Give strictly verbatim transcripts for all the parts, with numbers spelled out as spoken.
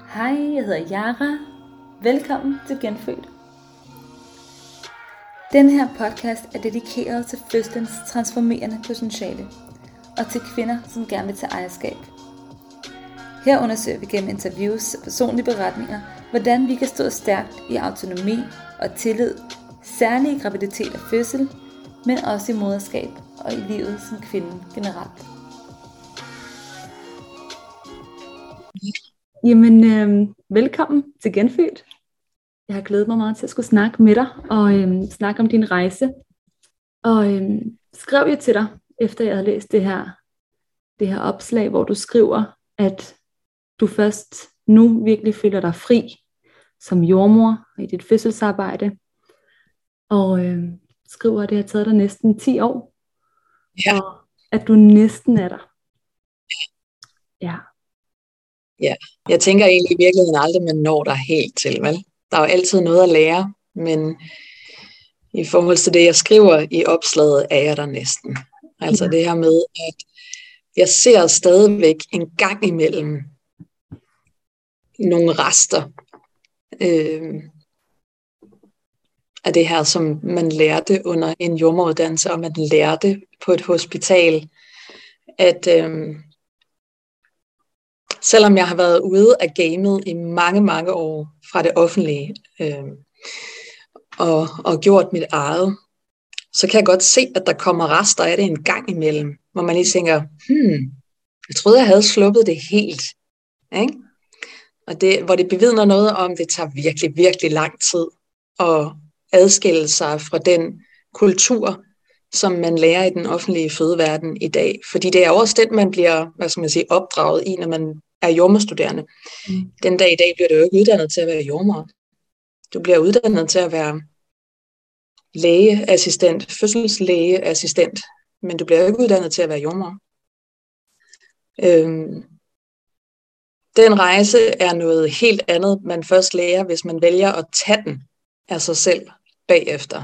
Hej, jeg hedder Yara. Velkommen til Genfødt. Den her podcast er dedikeret til fødslens transformerende potentiale og til kvinder, som gerne vil tage ejerskab. Her undersøger vi gennem interviews og personlige beretninger, hvordan vi kan stå stærkt i autonomi og tillid, særligt i graviditet og fødsel, men også i moderskab og i livet som kvinde generelt. Jamen, øh, velkommen til Genfødt. Jeg har glædet mig meget til at skulle snakke med dig og øh, snakke om din rejse. Og øh, skrev jeg til dig, efter jeg havde læst det her, det her opslag, hvor du skriver, at du først nu virkelig føler dig fri som jordmor i dit fødselsarbejde. Og øh, skriver, at det har taget dig næsten ti år. Ja. Og at du næsten er der. Ja. Ja, jeg tænker egentlig i virkeligheden aldrig, man når der helt til, vel? Der er jo altid noget at lære, men i forhold til det, jeg skriver i opslaget, er jeg der næsten. Altså Ja. det her med, at jeg ser stadigvæk en gang imellem nogle rester øh, af det her, som man lærte under en jordemoderuddannelse, og man lærte på et hospital, at øh, selvom jeg har været ude af gamet i mange, mange år fra det offentlige, øh, og, og gjort mit eget, så kan jeg godt se, at der kommer rester af det en gang imellem, hvor man lige tænker, hmm, jeg troede, jeg havde sluppet det helt. Ikke? Og det, hvor det bevidner noget om, det tager virkelig, virkelig lang tid at adskille sig fra den kultur, som man lærer i den offentlige fødeverden i dag. Fordi det er også den, man bliver, hvad skal man sige, opdraget i, når man er jordemoderstuderende. Mm. Den dag i dag bliver du jo ikke uddannet til at være jordemoder. Du bliver uddannet til at være lægeassistent, fødselslægeassistent, men du bliver jo ikke uddannet til at være jordemoder. Øhm, den rejse er noget helt andet, man først lærer, hvis man vælger at tage den af sig selv bagefter.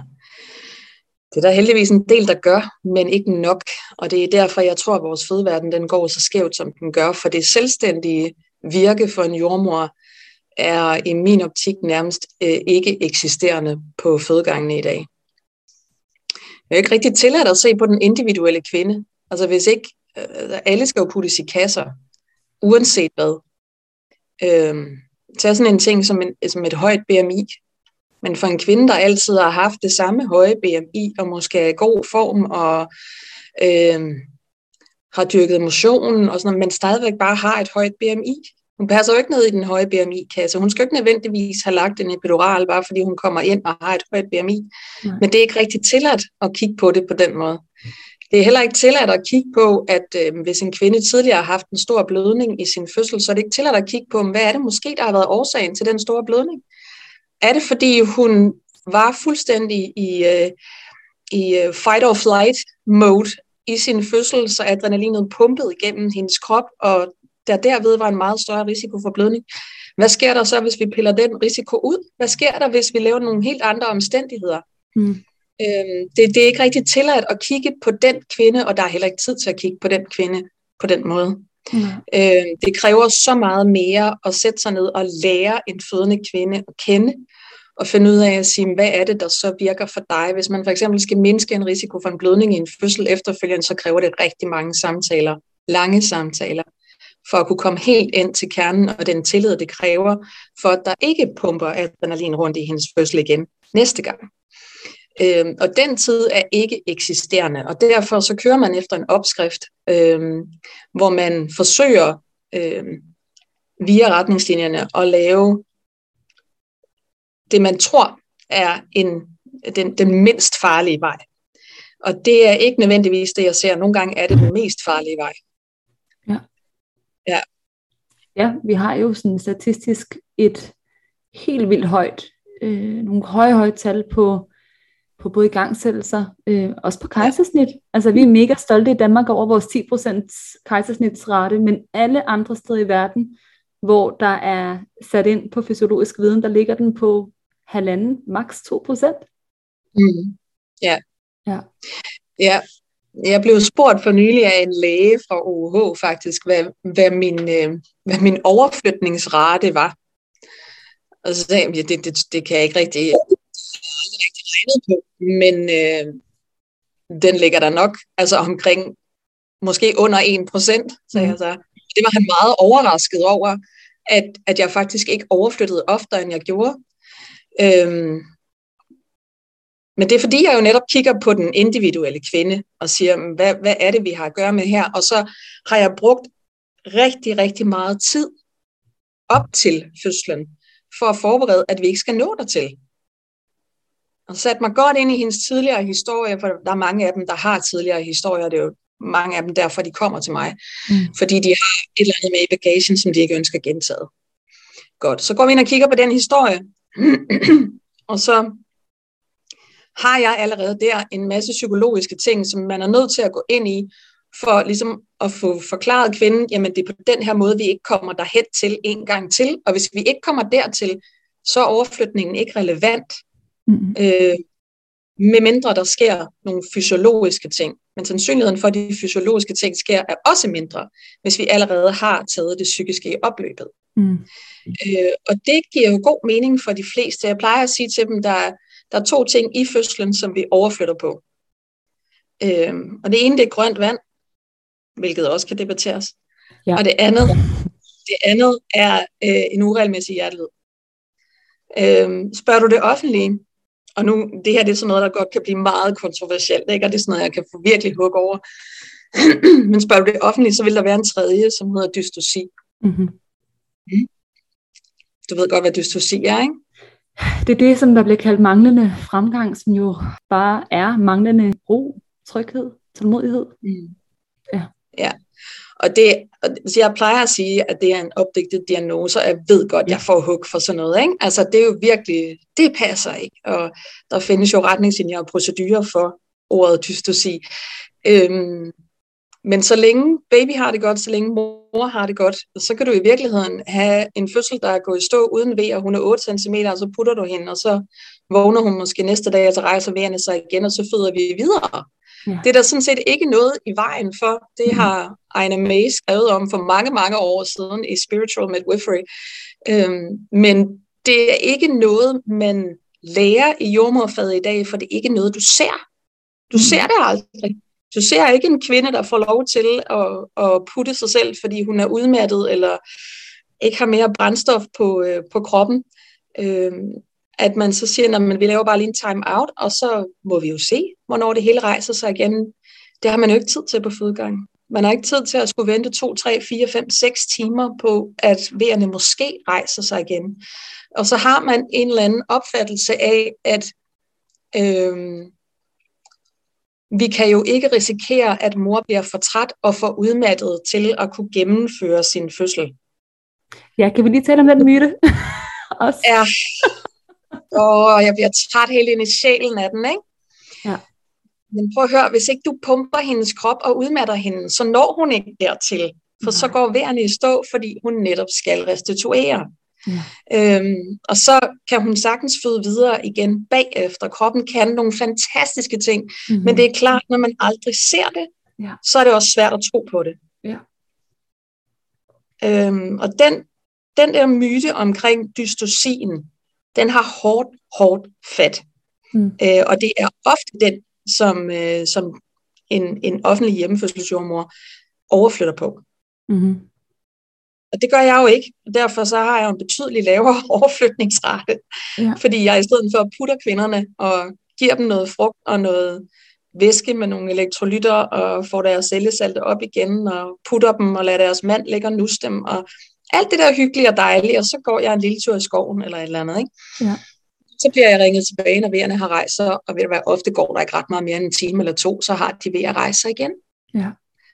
Det er der heldigvis en del, der gør, men ikke nok. Og det er derfor, jeg tror, at vores fødeverden den går så skævt, som den gør. For det selvstændige virke for en jordmor er i min optik nærmest øh, ikke eksisterende på fødegangene i dag. Det er ikke rigtig tilladt at se på den individuelle kvinde. Altså hvis ikke, øh, alle skal jo puttes i kasser, uanset hvad. Øh, tag sådan en ting som, en, som et højt B M I. Men for en kvinde, der altid har haft det samme høje B M I, og måske er i god form, og øh, har dyrket motion, og sådan noget, men stadigvæk bare har et højt B M I. Hun passer jo ikke ned i den høje B M I-kasse. Hun skal jo ikke nødvendigvis have lagt en epidural, bare fordi hun kommer ind og har et højt B M I. Nej. Men det er ikke rigtig tilladt at kigge på det på den måde. Det er heller ikke tilladt at kigge på, at øh, hvis en kvinde tidligere har haft en stor blødning i sin fødsel, så er det ikke tilladt at kigge på, hvad er det måske, der har været årsagen til den store blødning. Er det, fordi hun var fuldstændig i, uh, i uh, fight or flight mode i sin fødsel, så adrenalinet pumpede igennem hendes krop, og der derved var en meget større risiko for blødning? Hvad sker der så, hvis vi piller den risiko ud? Hvad sker der, hvis vi laver nogle helt andre omstændigheder? Mm. Øhm, det, det er ikke rigtig tilladt at kigge på den kvinde, og der er heller ikke tid til at kigge på den kvinde på den måde. Mm. Øh, det kræver så meget mere at sætte sig ned og lære en fødende kvinde at kende, og finde ud af at sige, hvad er det, der så virker for dig. Hvis man for eksempel skal mindske en risiko for en blødning i en fødsel efterfølgende, så kræver det rigtig mange samtaler, lange samtaler, for at kunne komme helt ind til kernen, og den tillid, det kræver, for at der ikke pumper adrenalin rundt i hendes fødsel igen næste gang. Øhm, og den tid er ikke eksisterende, og derfor så kører man efter en opskrift, øhm, hvor man forsøger øhm, via retningslinjerne at lave det, man tror er en, den, den mindst farlige vej. Og det er ikke nødvendigvis det, jeg ser. Nogle gange er det den mest farlige vej. Ja. Ja, ja vi har jo sådan statistisk et helt vildt højt, øh, nogle høje, høje tal på på både igangsættelser, øh, også på kejsersnit. Altså vi er mega stolte i Danmark over vores ti procent kejsersnitsrate, men alle andre steder i verden, hvor der er sat ind på fysiologisk viden, der ligger den på halvanden, maks to procent. Mm. Ja. Ja. Ja, Jeg blev spurgt for nylig af en læge fra O U H faktisk, hvad, hvad, min, øh, hvad min overflytningsrate var. Og så sagde jeg, ja, det, det, det kan jeg ikke rigtig, jeg har aldrig rigtig regnet på, men øh, den ligger der nok altså omkring, måske under en procent, sagde mm. jeg så. Det var han meget overrasket over, at, at jeg faktisk ikke overflyttede oftere, end jeg gjorde. Øhm, men det er fordi, jeg jo netop kigger på den individuelle kvinde, og siger, hvad, hvad er det, vi har at gøre med her? Og så har jeg brugt rigtig, rigtig meget tid op til fødslen, for at forberede, at vi ikke skal nå dertil. Og sat mig godt ind i hendes tidligere historie, for der er mange af dem, der har tidligere historier, det er jo mange af dem derfor, de kommer til mig, mm. fordi de har et eller andet med i bagagen, som de ikke ønsker gentaget. Godt, så går vi ind og kigger på den historie, og så har jeg allerede der en masse psykologiske ting, som man er nødt til at gå ind i, for ligesom at få forklaret kvinden, jamen det er på den her måde, vi ikke kommer derhen til en gang til, og hvis vi ikke kommer dertil, så er overflytningen ikke relevant, mm. øh, medmindre der sker nogle fysiologiske ting. Men sandsynligheden for, at de fysiologiske ting sker, er også mindre, hvis vi allerede har taget det psykiske i opløbet. Mm. Øh, og det giver jo god mening for de fleste. Jeg plejer at sige til dem, der er, der er to ting i fødslen, som vi overflytter på. Øh, og det ene, det er grønt vand, hvilket også kan debatteres. Ja. Og det andet, det andet er øh, en uregelmæssig hjertelyd. Øh, spørger du det offentlige, og nu, det her det er sådan noget, der godt kan blive meget kontroversielt, ikke? Og det er sådan noget, jeg kan få virkelig hug over. Men spørger du det offentligt, så vil der være en tredje, som hedder dystosi. Mm-hmm. Mm. Du ved godt, hvad dystosi er, ikke? Det er det, som der bliver kaldt manglende fremgang, som jo bare er manglende ro, tryghed, tålmodighed. Mm. Ja. Ja. Og det, så jeg plejer at sige, at det er en opdigtet diagnose, og jeg ved godt, at jeg får hug for sådan noget, ikke? Altså det er jo virkelig, det passer ikke, og der findes jo retningslinjer og procedurer for ordet dystosi. Øhm, men så længe baby har det godt, så længe mor har det godt, så kan du i virkeligheden have en fødsel, der er gået i stå uden ved, og hun er otte centimeter, og så putter du hende, og så vågner hun måske næste dag, og så rejser vejerne sig igen, og så føder vi videre. Ja. Det er der sådan set ikke noget i vejen for. Det har Ina May skrevet om for mange, mange år siden i Spiritual Midwifery. Øhm, men det er ikke noget, man lærer i jordemoderfaget i dag, for det er ikke noget, du ser. Du ser det aldrig. Du ser ikke en kvinde, der får lov til at, at putte sig selv, fordi hun er udmattet, eller ikke har mere brændstof på, øh, på kroppen. Øhm, at man så siger, at vi laver bare lige en time out, og så må vi jo se, hvornår det hele rejser sig igen. Det har man jo ikke tid til på fødegang. Man har ikke tid til at skulle vente to, tre, fire, fem, seks timer på, at vejerne måske rejser sig igen. Og så har man en eller anden opfattelse af, at øhm, vi kan jo ikke risikere, at mor bliver for træt og for udmattet til at kunne gennemføre sin fødsel. Ja, kan vi lige tale om den myte? Også. Ja. Og jeg bliver træt helt ind i sjælen af den, ikke? Ja. Men prøv at høre, hvis ikke du pumper hendes krop og udmatter hende, så når hun ikke dertil. For Nej. Så går vejerne i stå, fordi hun netop skal restituere. Ja. Øhm, og så kan hun sagtens føde videre igen bagefter. Kroppen kan nogle fantastiske ting, mm-hmm. men det er klart, når man aldrig ser det, ja. Så er det også svært at tro på det. Ja. Øhm, og den, den der myte omkring dystosien, den har hårdt, hårdt fat. Mm. Øh, og det er ofte den, som, øh, som en, en offentlig hjemmefødselsjordmor overflytter på. Mm-hmm. Og det gør jeg jo ikke. Derfor så har jeg en betydelig lavere overflytningsrate. Ja. Fordi jeg i stedet for putter kvinderne og giver dem noget frugt og noget væske med nogle elektrolytter og får deres cellesalte op igen og putter dem og lader deres mand ligge og nusse dem og alt det der hyggelige og dejlige, og så går jeg en lille tur i skoven eller et eller andet, ikke? Ja. Så bliver jeg ringet tilbage, når vejerne har rejst sig, og ved du hvad, ofte går der ikke ret meget mere end en time eller to, så har de ved at rejse sig igen. Ja.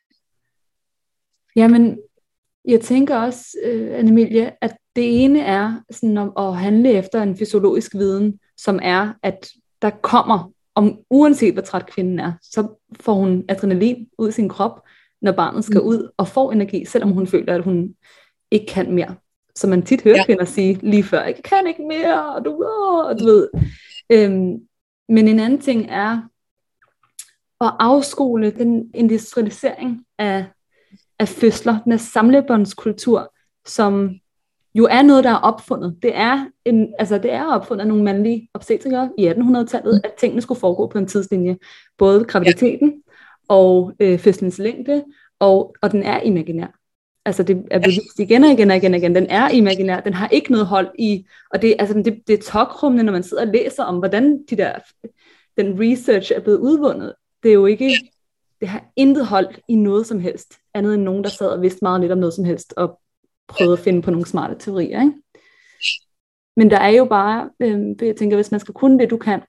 Jamen, jeg tænker også, uh, Anne-Emilie, at det ene er sådan om at handle efter en fysiologisk viden, som er, at der kommer, om uanset hvor træt kvinden er, så får hun adrenalin ud i sin krop, når barnet skal mm. ud, og får energi, selvom hun føler, at hun ikke kan mere. Som man tit hører ja. Kvinder sige lige før, jeg kan ikke mere, og du, og du ved. Øhm, men en anden ting er at afskole den industrialisering af, af fødsler, den her samlebåndskultur, som jo er noget, der er opfundet. Det er, en, altså det er opfundet af nogle mandlige obstetrikere i attenhundredetallet, at tingene skulle foregå på en tidslinje. Både graviditeten og øh, fødselens længde, og, og den er imaginær. Altså det er bevist igen og igen og igen og igen. Den er imaginær, den har ikke noget hold i, og det, altså det, det er tokrummende, når man sidder og læser om, hvordan de der, den research er blevet udvundet. Det er jo ikke, det har intet hold i noget som helst, andet end nogen, der sad og vidste meget lidt om noget som helst, og prøvede at finde på nogle smarte teorier, ikke? Men der er jo bare, øh, jeg tænker, hvis man skal kunne det, du kan,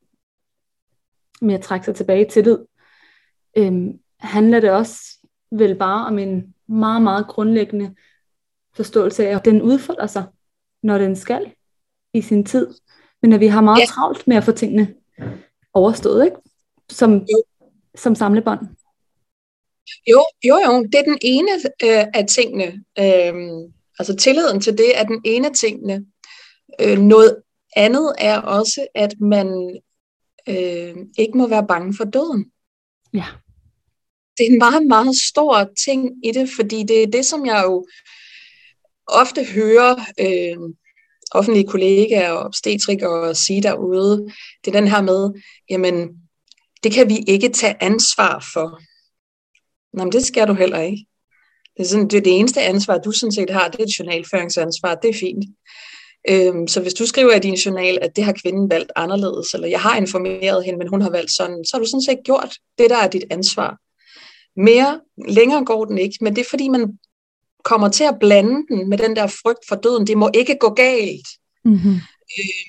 med at trække sig tilbage til det, øh, handler det også vel bare om en meget, meget grundlæggende forståelse af, at den udfolder sig, når den skal, i sin tid. Men at vi har meget ja. travlt med at få tingene overstået, ikke? Som, som samlebånd. Jo, jo, jo. Det er den ene øh, af tingene. Øh, altså tilliden til det er den ene af tingene. Øh, noget andet er også, at man øh, ikke må være bange for døden. Ja. Det er en meget, meget stor ting i det, fordi det er det, som jeg jo ofte hører øh, offentlige kollegaer og obstetrikere sige derude. Det er den her med, jamen, det kan vi ikke tage ansvar for. Nå, men det skal du heller ikke. Det er, sådan, det er det eneste ansvar, du sådan set har, det er et journalføringsansvar, det er fint. Øhm, så hvis du skriver i din journal, at det har kvinden valgt anderledes, eller jeg har informeret hende, men hun har valgt sådan, så har du sådan set gjort det, der er dit ansvar. Mere længere går den ikke, men det er fordi, man kommer til at blande den med den der frygt for døden. Det må ikke gå galt. Mm-hmm. Øh,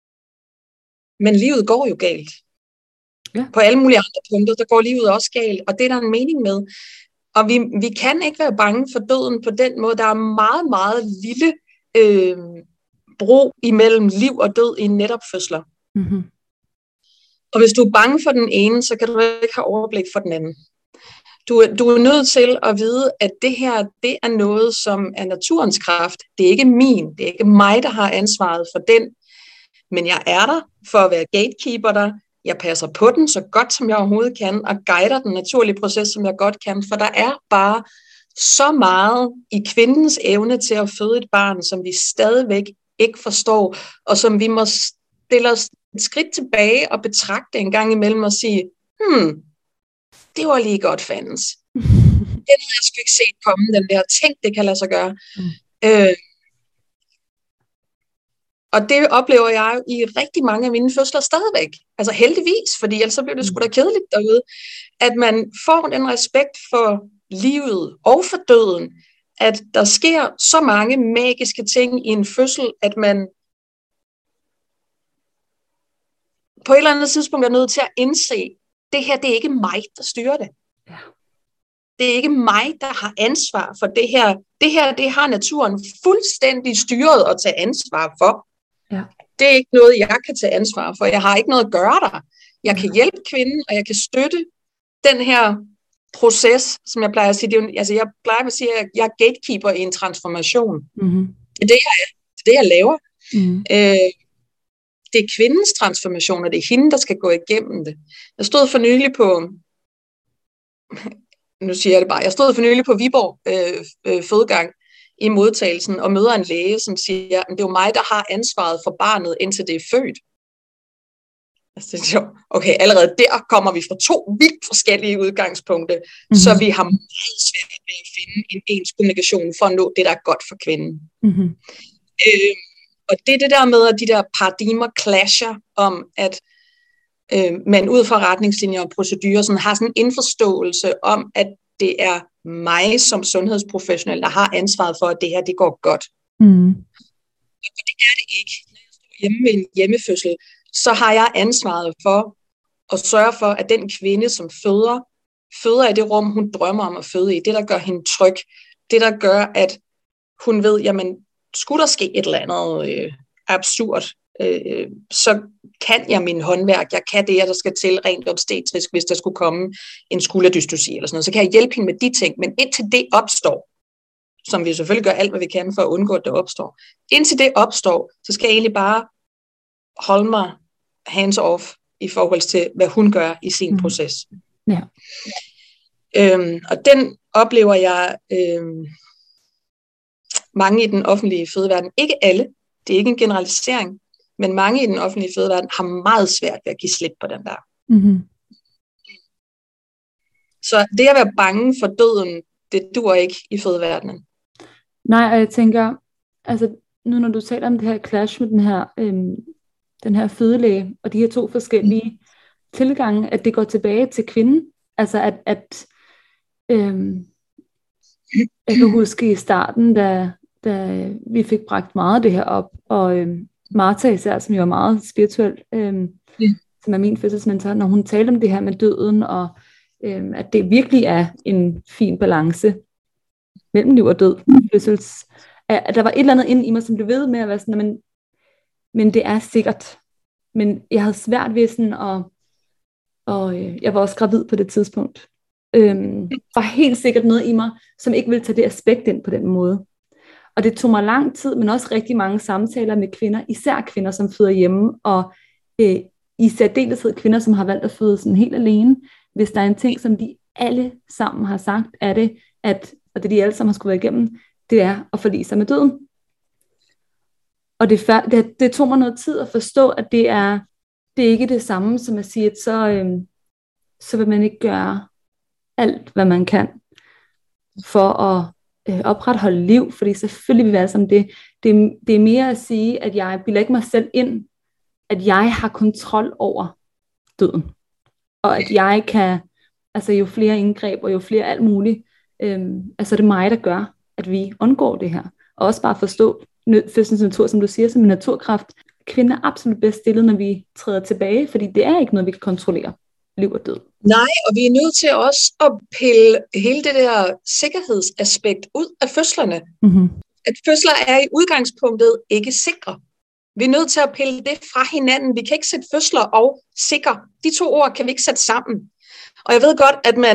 men livet går jo galt. Ja. På alle mulige andre punkter, der går livet også galt, og det er der en mening med. Og vi, vi kan ikke være bange for døden på den måde. Der er meget, meget lille øh, bro imellem liv og død i netop fødsler. Mm-hmm. Og hvis du er bange for den ene, så kan du ikke have overblik for den anden. Du, du er nødt til at vide, at det her, det er noget, som er naturens kraft. Det er ikke min, det er ikke mig, der har ansvaret for den. Men jeg er der for at være gatekeeper der. Jeg passer på den så godt, som jeg overhovedet kan, og guider den naturlige proces, som jeg godt kan. For der er bare så meget i kvindens evne til at føde et barn, som vi stadigvæk ikke forstår, og som vi må stille os et skridt tilbage og betragte en gang imellem og sige, hmm, det var lige godt fandens. Den havde jeg sgu ikke set komme, den der ting, det kan lade sig gøre. Mm. Øh, og det oplever jeg i rigtig mange af mine fødsler stadigvæk. Altså heldigvis, fordi ellers så bliver det sgu da kedeligt derude. At man får den respekt for livet og for døden, at der sker så mange magiske ting i en fødsel, at man på et eller andet tidspunkt er nødt til at indse, det her, det er ikke mig, der styrer det. Ja. Det er ikke mig, der har ansvar for det her. Det her, det har naturen fuldstændig styret at tage ansvar for. Ja. Det er ikke noget, jeg kan tage ansvar for. Jeg har ikke noget at gøre der. Jeg kan hjælpe kvinden, og jeg kan støtte den her proces, som jeg plejer at sige. Det er jo, altså jeg plejer at sige, at jeg er gatekeeper i en transformation. Mm-hmm. Det er det, jeg er. Det er det, jeg laver. Mm. Øh, det er kvindens transformation, og det er hende, der skal gå igennem det. Jeg stod for nylig på, nu siger jeg det bare, jeg stod for nylig på Viborg øh, øh, fødegang i modtagelsen, og møder en læge, som siger, at det er jo mig, der har ansvaret for barnet, indtil det er født. Altså, okay, allerede der kommer vi fra to vildt forskellige udgangspunkter, mm-hmm. så vi har meget svært med at finde en ens kommunikation for at nå det, der er godt for kvinden. Mm-hmm. Øh, Og det er det der med, at de der paradigmer clasher om, at øh, man ud fra retningslinjer og procedurer sådan, har sådan en indforståelse om, at det er mig som sundhedsprofessionel, der har ansvaret for, at det her det går godt. Mm. Og det er det ikke. Når jeg står hjemme med en hjemmefødsel, så har jeg ansvaret for at sørge for, at den kvinde, som føder, føder i det rum, hun drømmer om at føde i. Det, der gør hende tryg. Det, der gør, at hun ved, jamen, skulle der ske et eller andet øh, absurd, øh, så kan jeg min håndværk, jeg kan det, der skal til rent obstetrisk, hvis der skulle komme en skulderdystosi eller sådan noget, så kan jeg hjælpe hende med de ting, men indtil det opstår, som vi selvfølgelig gør alt, hvad vi kan for at undgå, at det opstår, indtil det opstår, så skal jeg egentlig bare holde mig hands off i forhold til, hvad hun gør i sin mm. proces. Ja. Øhm, og den oplever jeg øhm, mange i den offentlige fødeverden. Ikke alle, det er ikke en generalisering, men mange i den offentlige fødeverden har meget svært ved at give slip på den der. Mm-hmm. Så det at være bange for døden, det dur ikke i fødeverdenen. Nej, og jeg tænker, altså nu når du taler om det her clash med den her, øhm, den her fødelæge, og de her to forskellige mm. tilgange, at det går tilbage til kvinden. Altså at, at øhm, jeg kan huske i starten, da, da vi fik bragt meget af det her op, og øhm, Martha især, som jo er meget spirituel, øhm, mm. som er min fødselsmentor, når hun talte om det her med døden, og øhm, at det virkelig er en fin balance mellem liv og død, fødsels, at der var et eller andet inde i mig, som blev ved med at være sådan, men, men det er sikkert. Men jeg havde svært ved sådan, og, og øh, jeg var også gravid på det tidspunkt. Øhm, var helt sikkert noget i mig, som ikke ville tage det aspekt ind på den måde. Og det tog mig lang tid, men også rigtig mange samtaler med kvinder, især kvinder, som føder hjemme, og øh, i særdeleshed kvinder, som har valgt at føde sådan helt alene. Hvis der er en ting, som de alle sammen har sagt, er det, at, og det de alle sammen har skulle være igennem, det er at forlige sig med døden. Og det, det, det tog mig noget tid at forstå, at det er, det er ikke det samme som at sige, at så, øhm, så vil man ikke gøre alt, hvad man kan for at øh, opretholde liv, fordi selvfølgelig vil vi være som det. det. Det er mere at sige, at jeg bilder ikke mig selv ind, at jeg har kontrol over døden. Og at jeg kan, altså jo flere indgreb og jo flere alt muligt, øhm, altså det er mig, der gør, at vi undgår det her. Og også bare forstå fødselens natur, som du siger, som en naturkraft. Kvinden er absolut bedst stillet, når vi træder tilbage, fordi det er ikke noget, vi kan kontrollere, liv og død. Nej, og vi er nødt til også at pille hele det der sikkerhedsaspekt ud af fødslerne. Mm-hmm. At fødsler er i udgangspunktet ikke sikre. Vi er nødt til at pille det fra hinanden. Vi kan ikke sætte fødsler og sikker. De to ord kan vi ikke sætte sammen. Og jeg ved godt, at man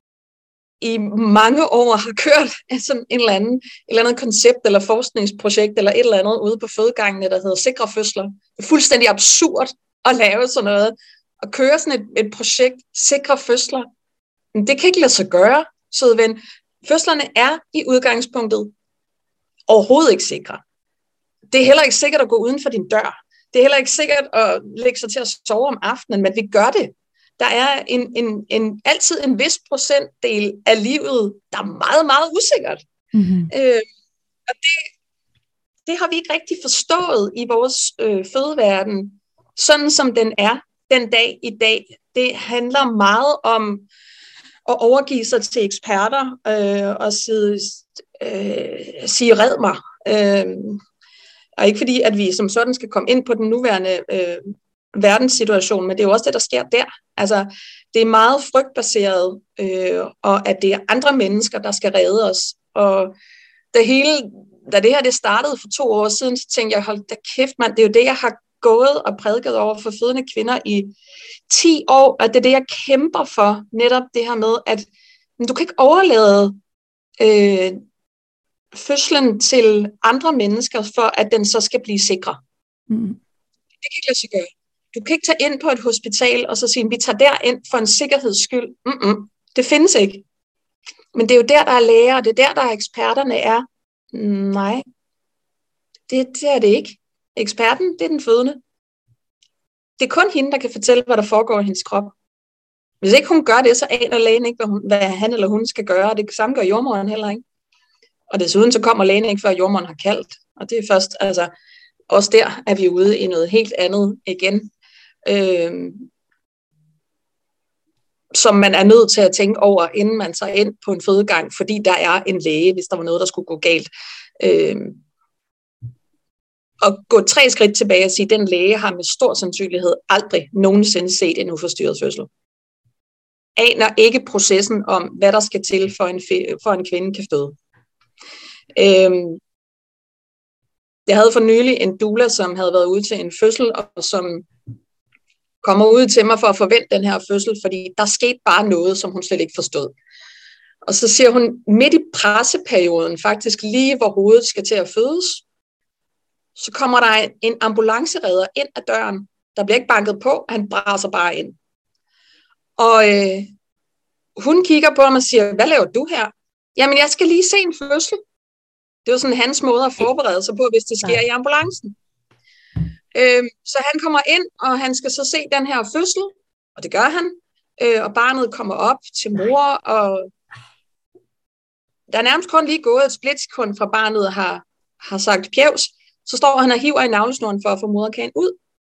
i mange år har kørt sådan en eller anden, et eller andet koncept eller forskningsprojekt eller et eller andet ude på fødegangene, der hedder sikre fødsler. Det er fuldstændig absurd at lave sådan noget. At køre sådan et, et projekt, sikre fødsler. Men det kan ikke lade sig gøre, søde ven. Fødslerne er i udgangspunktet overhovedet ikke sikre. Det er heller ikke sikkert at gå uden for din dør. Det er heller ikke sikkert at lægge sig til at sove om aftenen, men vi gør det. Der er en, en, en, altid en vis procentdel af livet, der er meget, meget usikkert. Mm-hmm. Øh, og det, det har vi ikke rigtig forstået i vores øh, fødeverden, sådan som den er den dag i dag. Det handler meget om at overgive sig til eksperter øh, og sige, øh, sige red mig. Øh, og ikke fordi, at vi som sådan skal komme ind på den nuværende øh, verdenssituation, men det er jo også det, der sker der. Altså, det er meget frygtbaseret, øh, og at det er andre mennesker, der skal redde os. Og det hele, da det her det startede for to år siden, så tænkte jeg, hold da kæft, mand, det er jo det, jeg har gået og prædiket over for fødende kvinder i ti år, og det er det, jeg kæmper for, netop det her med, at du kan ikke overlade øh, fødslen til andre mennesker, for at den så skal blive sikker. Mm. Det kan ikke lade sig gøre. Du kan ikke tage ind på et hospital, og så sige, vi tager derind for en sikkerheds skyld. Mm-mm. Det findes ikke. Men det er jo der, der er læger, og det er der, der er eksperterne er. Nej, det, det er det ikke. Eksperten, det er den fødende. Det er kun hende, der kan fortælle, hvad der foregår i hendes krop. Hvis ikke hun gør det, så aner lægen ikke, hvad, hun, hvad han eller hun skal gøre, og det samme gør jordmoren heller ikke. Og desuden så kommer lægen ikke, før jordmoren har kaldt. Og det er først, altså, også der er vi ude i noget helt andet igen. Øhm, som man er nødt til at tænke over, inden man tager ind på en fødegang, fordi der er en læge, hvis der var noget, der skulle gå galt. Øhm, og gå tre skridt tilbage og sige, at den læge har med stor sandsynlighed aldrig nogensinde set en uforstyrret fødsel. Aner ikke processen om, hvad der skal til, for en, for en kvinde kan føde. Øhm, jeg havde for nylig en doula, som havde været ude til en fødsel, og som kommer ud til mig for at forvente den her fødsel, fordi der skete bare noget, som hun slet ikke forstod. Og så siger hun, midt i presseperioden, faktisk lige hvor hovedet skal til at fødes, så kommer der en ambulanceredder ind ad døren. Der bliver ikke banket på, han braser bare ind. Og øh, hun kigger på ham og siger, hvad laver du her? Jamen, jeg skal lige se en fødsel. Det var sådan hans måde at forberede sig på, hvis det sker i ambulancen. Øhm, så han kommer ind, og han skal så se den her fødsel, og det gør han. Øh, og barnet kommer op til mor, og der er nærmest kun lige gået et splitsekund fra barnet har, har sagt pjevs, så står han og hiver i navlesnoren for at få moderkagen ud.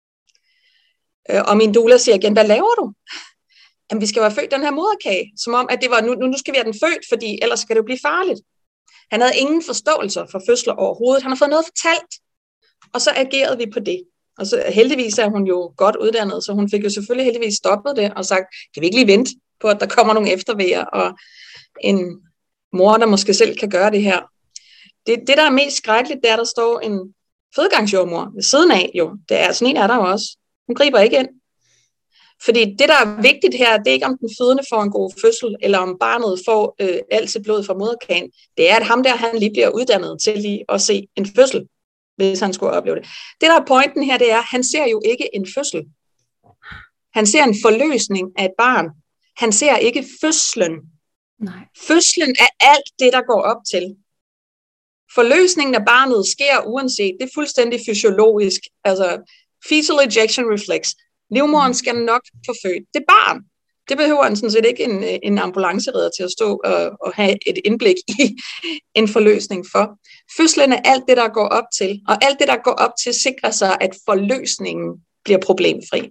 Øh, og min doula siger igen, hvad laver du? Jamen, vi skal jo have født den her moderkage, som om, at det var, nu, nu skal vi have den født, fordi ellers skal det jo blive farligt. Han havde ingen forståelser for fødsler overhovedet. Han har fået noget fortalt, og så agerede vi på det. Og så heldigvis er hun jo godt uddannet, så hun fik jo selvfølgelig heldigvis stoppet det og sagt, kan vi ikke lige vente på, at der kommer nogle eftervejer, og en mor, der måske selv kan gøre det her. Det, det der er mest skrækkeligt, det er, der står en fødegangsjordmor ved siden af, jo. Det er, sådan en er der jo også. Hun griber ikke ind. Fordi det, der er vigtigt her, det er ikke, om den fødende får en god fødsel, eller om barnet får øh, alt sit blod fra moderkagen. Det er, at ham der, han lige bliver uddannet til lige at se en fødsel, hvis han skulle opleve det. Det, der er pointen her, det er, at han ser jo ikke en fødsel. Han ser en forløsning af et barn. Han ser ikke fødslen. Nej. Fødslen er alt det, der går op til. Forløsningen af barnet sker uanset. Det er fuldstændig fysiologisk. Altså, fetal ejection reflex. Livmoderen skal nok få født det barn. Det behøver han sådan set ikke en, en ambulanceredder til at stå og, og have et indblik i en forløsning for. Fødslen er alt det, der går op til, og alt det, der går op til, sikrer sig, at forløsningen bliver problemfri.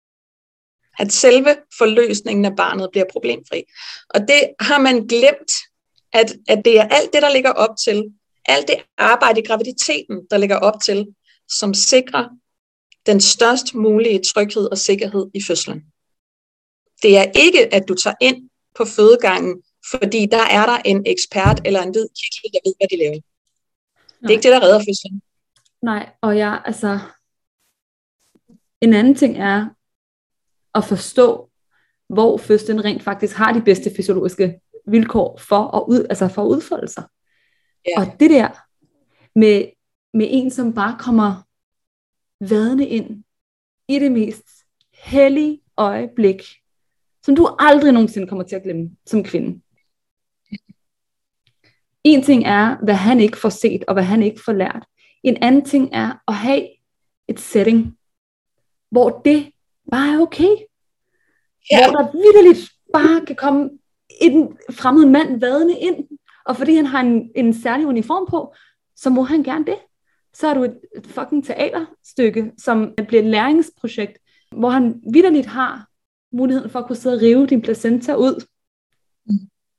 At selve forløsningen af barnet bliver problemfri. Og det har man glemt, at, at det er alt det, der ligger op til, alt det arbejde i graviditeten, der ligger op til, som sikrer den størst mulige tryghed og sikkerhed i fødslen. Det er ikke, at du tager ind på fødegangen, fordi der er der en ekspert eller en hvid kittel, der ved, hvad de laver. Nej. Det er ikke det, der redder fødslen. Nej, og jeg, altså, en anden ting er at forstå, hvor fødslen rent faktisk har de bedste fysiologiske vilkår for at, ud, altså for at udfolde sig. Ja. Og det der med, med en, som bare kommer vadende ind i det mest hellige øjeblik, som du aldrig nogensinde kommer til at glemme som kvinde. En ting er, hvad han ikke får set, og hvad han ikke får lært. En anden ting er at have et setting, hvor det bare er okay. Ja. Hvor der vitterligt bare kan komme en fremmed mand vadende ind, og fordi han har en, en særlig uniform på, så må han gerne det. Så er du et, et fucking teaterstykke, som bliver et læringsprojekt, hvor han vitterligt har muligheden for at kunne sidde og rive din placenta ud. Mm.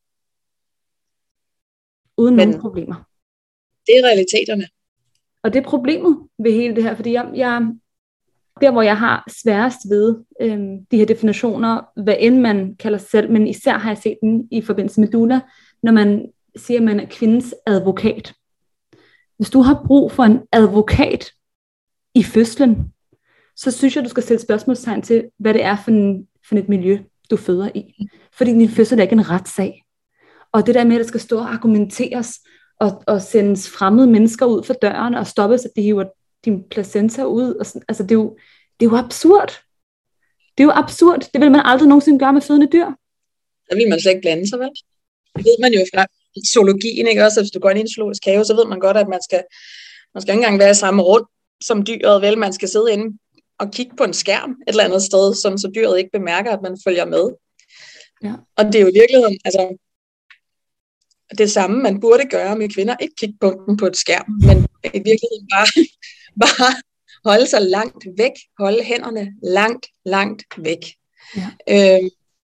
Uden Men, nogen problemer. Det er realiteterne. Og det er problemet ved hele det her, fordi jeg, jeg, der hvor jeg har sværest ved øhm, de her definitioner, hvad end man kalder sig selv, men især har jeg set den i forbindelse med doula, når man siger, at man er kvindens advokat. Hvis du har brug for en advokat i fødslen, så synes jeg, du skal stille spørgsmålstegn til, hvad det er for, en, for et miljø, du føder i. Fordi din fødsel er ikke en retssag. Og det der med, at der skal stå og argumenteres, og, og sendes fremmede mennesker ud for døren, og stoppes, at de hiver din placenta ud. Og sådan, altså, det er, jo, det er jo absurd. Det er jo absurd. Det vil man aldrig nogensinde gøre med fødende dyr. Der vil man slet ikke blande sig, vel? Det ved man jo fra zoologien, ikke også? Hvis du går ind i en zoologisk have, så ved man godt, at man skal, man skal ikke engang være i samme rund som dyret, vel? Man skal sidde inde og kigge på en skærm et eller andet sted, sådan, så dyret ikke bemærker, at man følger med. Ja. Og det er jo i virkeligheden, altså, det samme, man burde gøre med kvinder, ikke kigge på dem på et skærm, men i virkeligheden bare, bare holde sig langt væk, holde hænderne langt, langt væk. Ja. Øh,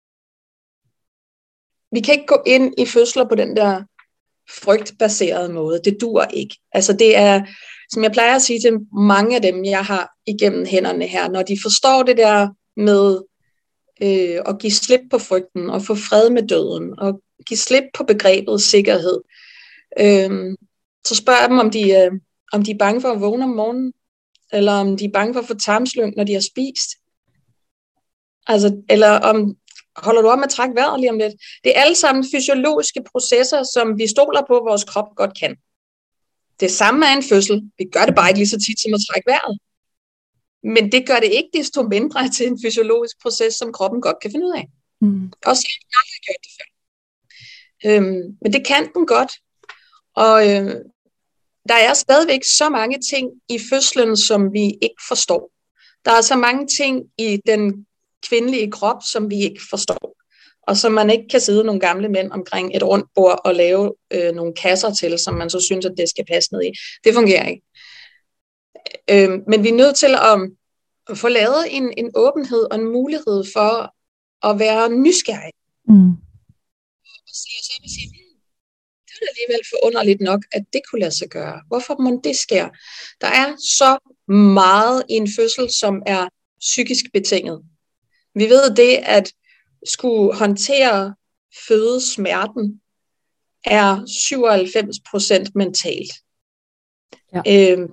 vi kan ikke gå ind i fødsler på den der frygtbaserede måde. Det dur ikke. Altså det er, som jeg plejer at sige til mange af dem, jeg har igennem hænderne her, når de forstår det der med øh, at give slip på frygten, og få fred med døden, og give slip på begrebet sikkerhed, øh, så spørger jeg dem, om de, øh, om de er bange for at vågne om morgenen, eller om de er bange for at få tarmslyng, når de har spist. Altså, eller om holder du op med at trække vejret lige om lidt. Det er alle sammen fysiologiske processer, som vi stoler på, vores krop godt kan. Det samme er en fødsel. Vi gør det bare ikke lige så tit som at trække vejret. Men det gør det ikke desto mindre til en fysiologisk proces, som kroppen godt kan finde ud af. Mm. Også selvom den aldrig har gjort det før. Øhm, men det kan den godt. Og øh, der er stadigvæk så mange ting i fødslen, som vi ikke forstår. Der er så mange ting i den kvindelige krop, som vi ikke forstår. Og som man ikke kan sidde nogle gamle mænd omkring et rundt bord og lave øh, nogle kasser til, som man så synes, at det skal passe ned i. Det fungerer ikke. Øh, men vi er nødt til at, at få lavet en, en åbenhed og en mulighed for at være nysgerrig. Mm. Og stille os op og sige, hmm, det er da alligevel forunderligt nok, at det kunne lade sig gøre. Hvorfor må det sker? Der er så meget i en fødsel, som er psykisk betinget. Vi ved det, at skulle håndtere fødesmerten er syvoghalvfems procent mentalt. Ja. Øhm,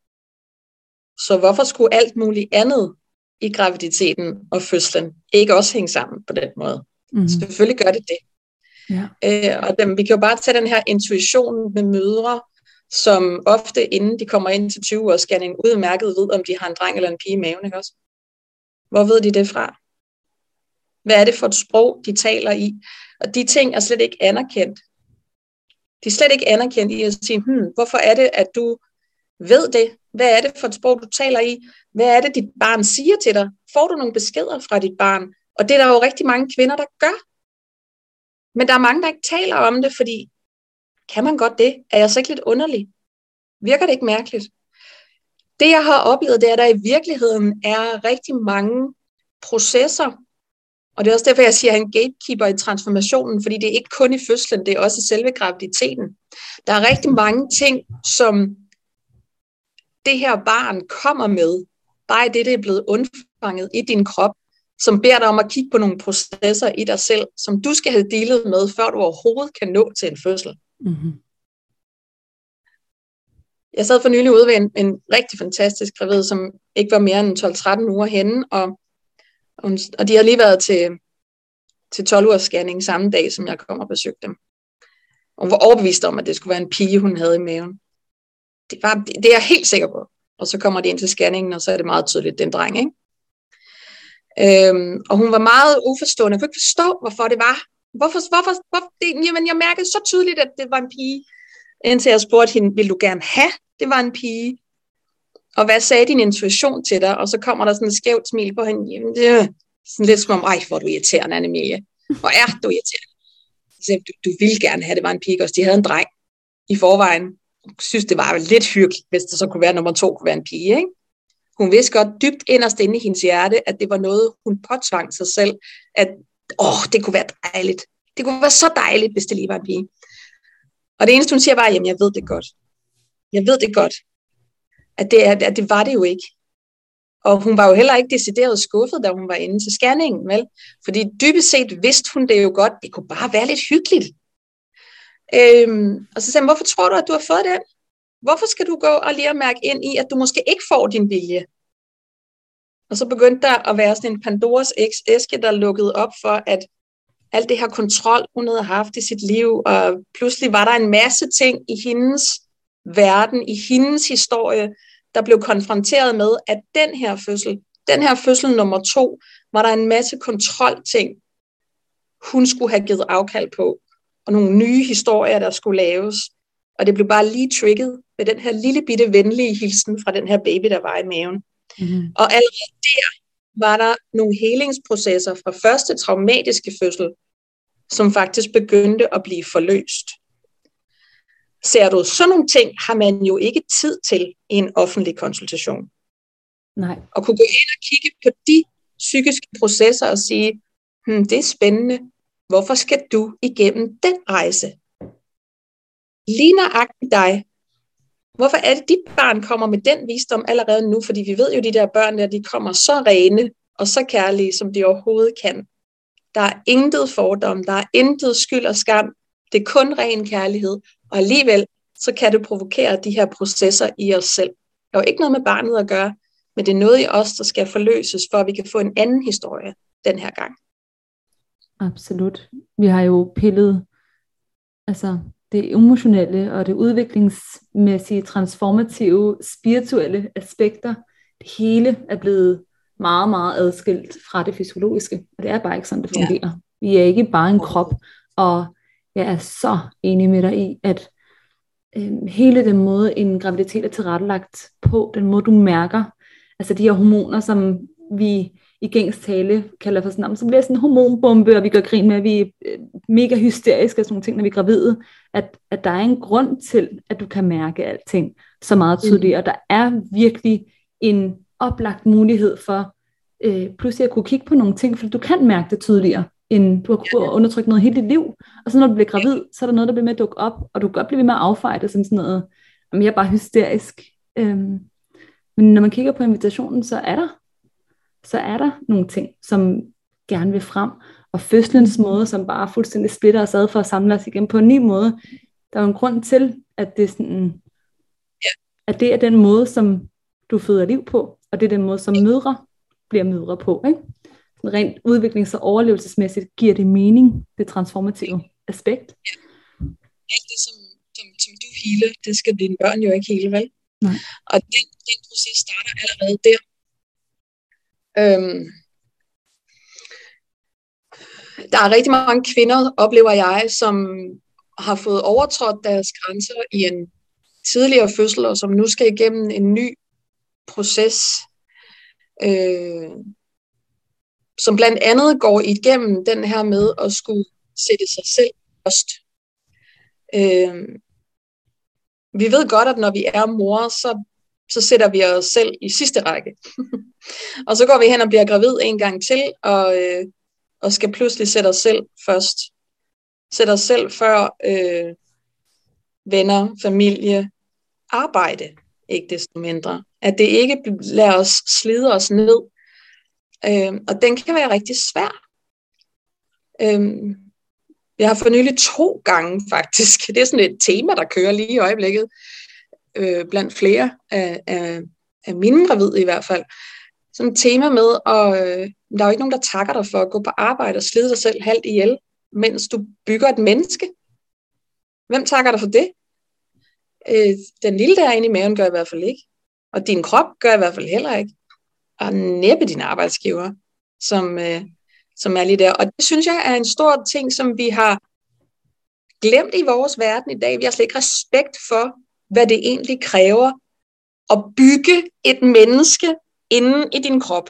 så hvorfor skulle alt muligt andet i graviditeten og fødslen ikke også hænge sammen på den måde? Mm-hmm. Selvfølgelig gør det det. Ja. Øh, og dem, vi kan jo bare tage den her intuition med mødre, som ofte inden de kommer ind til tyve års scanning udmærket ved, om de har en dreng eller en pige i maven, ikke også? Hvor ved de det fra? Hvad er det for et sprog, de taler i? Og de ting er slet ikke anerkendt. De er slet ikke anerkendt i at sige, hmm, hvorfor er det, at du ved det? Hvad er det for et sprog, du taler i? Hvad er det, dit barn siger til dig? Får du nogle beskeder fra dit barn? Og det er der jo rigtig mange kvinder, der gør. Men der er mange, der ikke taler om det, fordi kan man godt det? Er jeg så ikke lidt underlig? Virker det ikke mærkeligt? Det, jeg har oplevet, det er, at der i virkeligheden er rigtig mange processer. Og det er også derfor, jeg siger, at jeg er en gatekeeper i transformationen, fordi det er ikke kun i fødslen, det er også i selve graviditeten. Der er rigtig mange ting, som det her barn kommer med, bare i det, det er blevet undfanget i din krop, som beder dig om at kigge på nogle processer i dig selv, som du skal have dealet med, før du overhovedet kan nå til en fødsel. Mm-hmm. Jeg sad for nylig ude ved en, en rigtig fantastisk gravid, som ikke var mere end tolv tretten uger henne, og, og de har lige været til, til tolv ugers scanning samme dag, som jeg kom og besøgte dem. Og hun var overbevist om, at det skulle være en pige, hun havde i maven. Det, var, det, det er jeg helt sikker på. Og så kommer de ind til scanningen, og så er det meget tydeligt, det er en dreng, ikke? Øhm, og hun var meget uforstående. Jeg kunne ikke forstå, hvorfor det var. Hvorfor, hvorfor, hvorfor det, jamen, jeg mærkede så tydeligt, at det var en pige. Indtil jeg spurgte hende, vil du gerne have, det var en pige? Og hvad sagde din intuition til dig? Og så kommer der sådan et skævt smil på hende. Jamen, det er sådan lidt som om, ej, hvor er du irriterende, Anne-Emilie. Hvor er du irriterende? Så du, du ville gerne have, det var en pige også. De havde en dreng i forvejen. Jeg synes, det var lidt hyggeligt, hvis det så kunne være nummer to, kunne være en pige, ikke? Hun vidste godt dybt inderst inde i hendes hjerte, at det var noget, hun påtvang sig selv, at åh, det kunne være dejligt. Det kunne være så dejligt, hvis det lige var en pige. Og det eneste, hun siger, var, jamen, jeg ved det godt. Jeg ved det godt. At det, at det var det jo ikke. Og hun var jo heller ikke decideret skuffet, da hun var inde til scanningen, vel? Fordi dybest set vidste hun det jo godt. Det kunne bare være lidt hyggeligt. Øhm, og så sagde hun, hvorfor tror du, at du har fået den? Hvorfor skal du gå og lige mærke ind i, at du måske ikke får din vilje? Og så begyndte der at være sådan en Pandoras æske, der lukkede op for, at alt det her kontrol, hun havde haft i sit liv, og pludselig var der en masse ting i hendes verden, i hendes historie, der blev konfronteret med, at den her fødsel, den her fødsel nummer to, var der en masse kontrolting, hun skulle have givet afkald på, og nogle nye historier, der skulle laves. Og det blev bare lige trigget med den her lille bitte venlige hilsen fra den her baby, der var i maven. Mm-hmm. Og allerede der var der nogle helingsprocesser fra første traumatiske fødsel, som faktisk begyndte at blive forløst. Ser du, sådan nogle ting har man jo ikke tid til i en offentlig konsultation. Nej. Og kunne gå ind og kigge på de psykiske processer og sige, hm, det er spændende, hvorfor skal du igennem den rejse? Lige nøjagtigt dig. Hvorfor er det, dit barn kommer med den visdom allerede nu? Fordi vi ved jo, de der børn der, de kommer så rene og så kærlige, som de overhovedet kan. Der er intet fordom, der er intet skyld og skam. Det er kun ren kærlighed. Og alligevel, så kan det provokere de her processer i os selv. Der er jo ikke noget med barnet at gøre, men det er noget i os, der skal forløses, for at vi kan få en anden historie den her gang. Absolut. Vi har jo pillet altså det emotionelle og det udviklingsmæssige, transformative, spirituelle aspekter. Det hele er blevet meget, meget adskilt fra det fysiologiske, og det er bare ikke sådan, det Ja. fungerer. Vi er ikke bare en krop, og jeg er så enig med dig i, at øh, hele den måde, en graviditet er tilrettelagt på, den måde, du mærker, altså de her hormoner, som vi i gængs tale kalder for sådan, så bliver sådan en hormonbombe, og vi gør grin med, at vi er øh, mega hysteriske og sådan nogle ting, når vi er gravide, at, at der er en grund til, at du kan mærke alting så meget tydeligt, mm. og der er virkelig en oplagt mulighed for øh, pludselig at kunne kigge på nogle ting, for du kan mærke det tydeligere, end du har kunnet undertrykke noget hele dit liv. Og så når du bliver gravid, så er der noget, der bliver med at dukke op, og du kan godt blive ved med at affeje det som sådan noget, jamen jeg er bare hysterisk. Øhm, men når man kigger på invitationen, så er der, så er der nogle ting, som gerne vil frem, og fødslens måde, som bare fuldstændig splitter os ad for at samle os igen på en ny måde. Der er jo en grund til, at det, sådan, at det er den måde, som du føder liv på, og det er den måde, som mødre bliver mødre på, ikke? Rent udviklings- og overlevelsesmæssigt giver det mening, det transformative aspekt. Ja. Alt det, som, som, som du healer, det skal dine børn jo ikke hele, vel? Nej. Og den, den proces starter allerede der. Øhm, der er rigtig mange kvinder, oplever jeg, som har fået overtrådt deres grænser i en tidligere fødsel, og som nu skal igennem en ny proces, øh, som blandt andet går igennem den her med at skulle sætte sig selv først. Øh, vi ved godt, at når vi er mor, så, så sætter vi os selv i sidste række. Og så går vi hen og bliver gravid en gang til, og, øh, og skal pludselig sætte os selv først. Sætte os selv før øh, venner, familie, arbejde, ikke desto mindre. At det ikke lader os slide os ned. Øh, og den kan være rigtig svær. Øh, jeg har for nylig to gange faktisk, det er sådan et tema, der kører lige i øjeblikket, øh, blandt flere af, af, af mine gravide i hvert fald. Sådan et tema med, og øh, der er jo ikke nogen, der takker dig for at gå på arbejde og slide dig selv halvt ihjel, mens du bygger et menneske. Hvem takker dig for det? Øh, den lille derinde i maven gør i hvert fald ikke. Og din krop gør i hvert fald heller ikke. Og næppe din arbejdsgiver, som, øh, som er lige der. Og det synes jeg er en stor ting, som vi har glemt i vores verden i dag. Vi har slet ikke respekt for, hvad det egentlig kræver at bygge et menneske inden i din krop.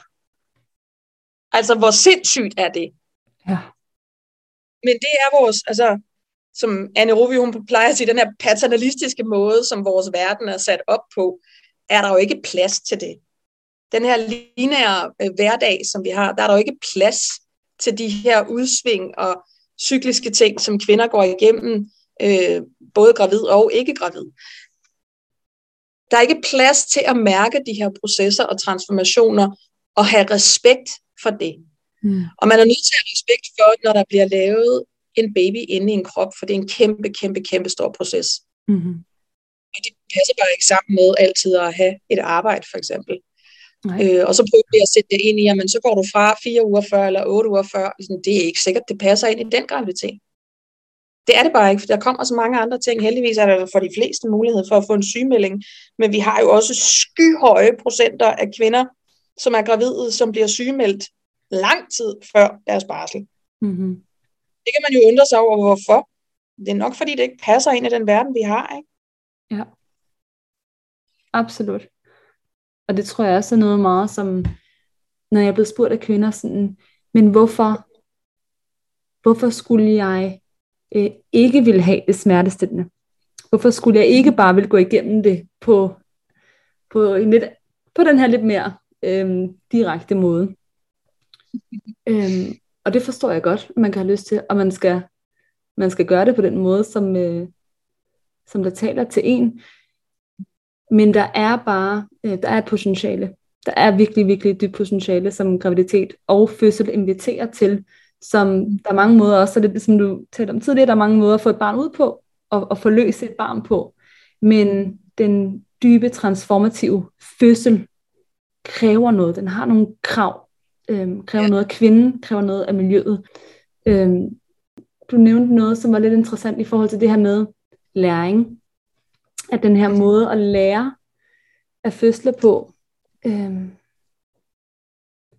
Altså, hvor sindssygt er det? Ja. Men det er vores, altså, som Anne Rovig, hun plejer at sige, den her paternalistiske måde, som vores verden er sat op på, er der jo ikke plads til det. Den her lineære øh, hverdag, som vi har, der er der jo ikke plads til de her udsving og cykliske ting, som kvinder går igennem, øh, både gravid og ikke gravid. Der er ikke plads til at mærke de her processer og transformationer og have respekt for det. Mm. Og man er nødt til at have respekt for, når der bliver lavet en baby inde i en krop, for det er en kæmpe, kæmpe, kæmpe stor proces. Mm-hmm. Og det passer bare ikke sammen med altid at have et arbejde, for eksempel. Øh, og så prøver vi at sætte det ind i, jamen så går du fra fire uger før eller otte uger før. Det er ikke sikkert, det passer ind i den graviditet. Det er det bare ikke, for der kommer så mange andre ting. Heldigvis er der for de fleste mulighed for at få en sygemelding, men vi har jo også skyhøje procenter af kvinder, som er gravide, som bliver sygemeldt lang tid før deres barsel. Mm-hmm. Det kan man jo undre sig over, hvorfor. Det er nok, fordi det ikke passer ind i den verden, vi har, ikke? Ja, absolut. Og det tror jeg også er noget meget, som når jeg er blevet spurgt af kvinder, sådan, men hvorfor, hvorfor skulle jeg øh, ikke ville have det smertestillende? Hvorfor skulle jeg ikke bare ville gå igennem det på, på, en lidt, på den her lidt mere øh, direkte måde? øhm, og det forstår jeg godt, man kan have lyst til, og man skal, man skal gøre det på den måde, som, øh, som der taler til en. Men der er bare, øh, der er et potentiale. Der er virkelig, virkelig et dybt potentiale, som graviditet og fødsel inviterer til, som der er mange måder også, så det som du talte om tidligere, der er mange måder at få et barn ud på, og, og forløse et barn på. Men den dybe, transformative fødsel kræver noget. Den har nogle krav. Øhm, kræver noget af kvinden, kræver noget af miljøet. Øhm, du nævnte noget, som var lidt interessant i forhold til det her med læring. At den her måde at lære at fødsle på, øhm,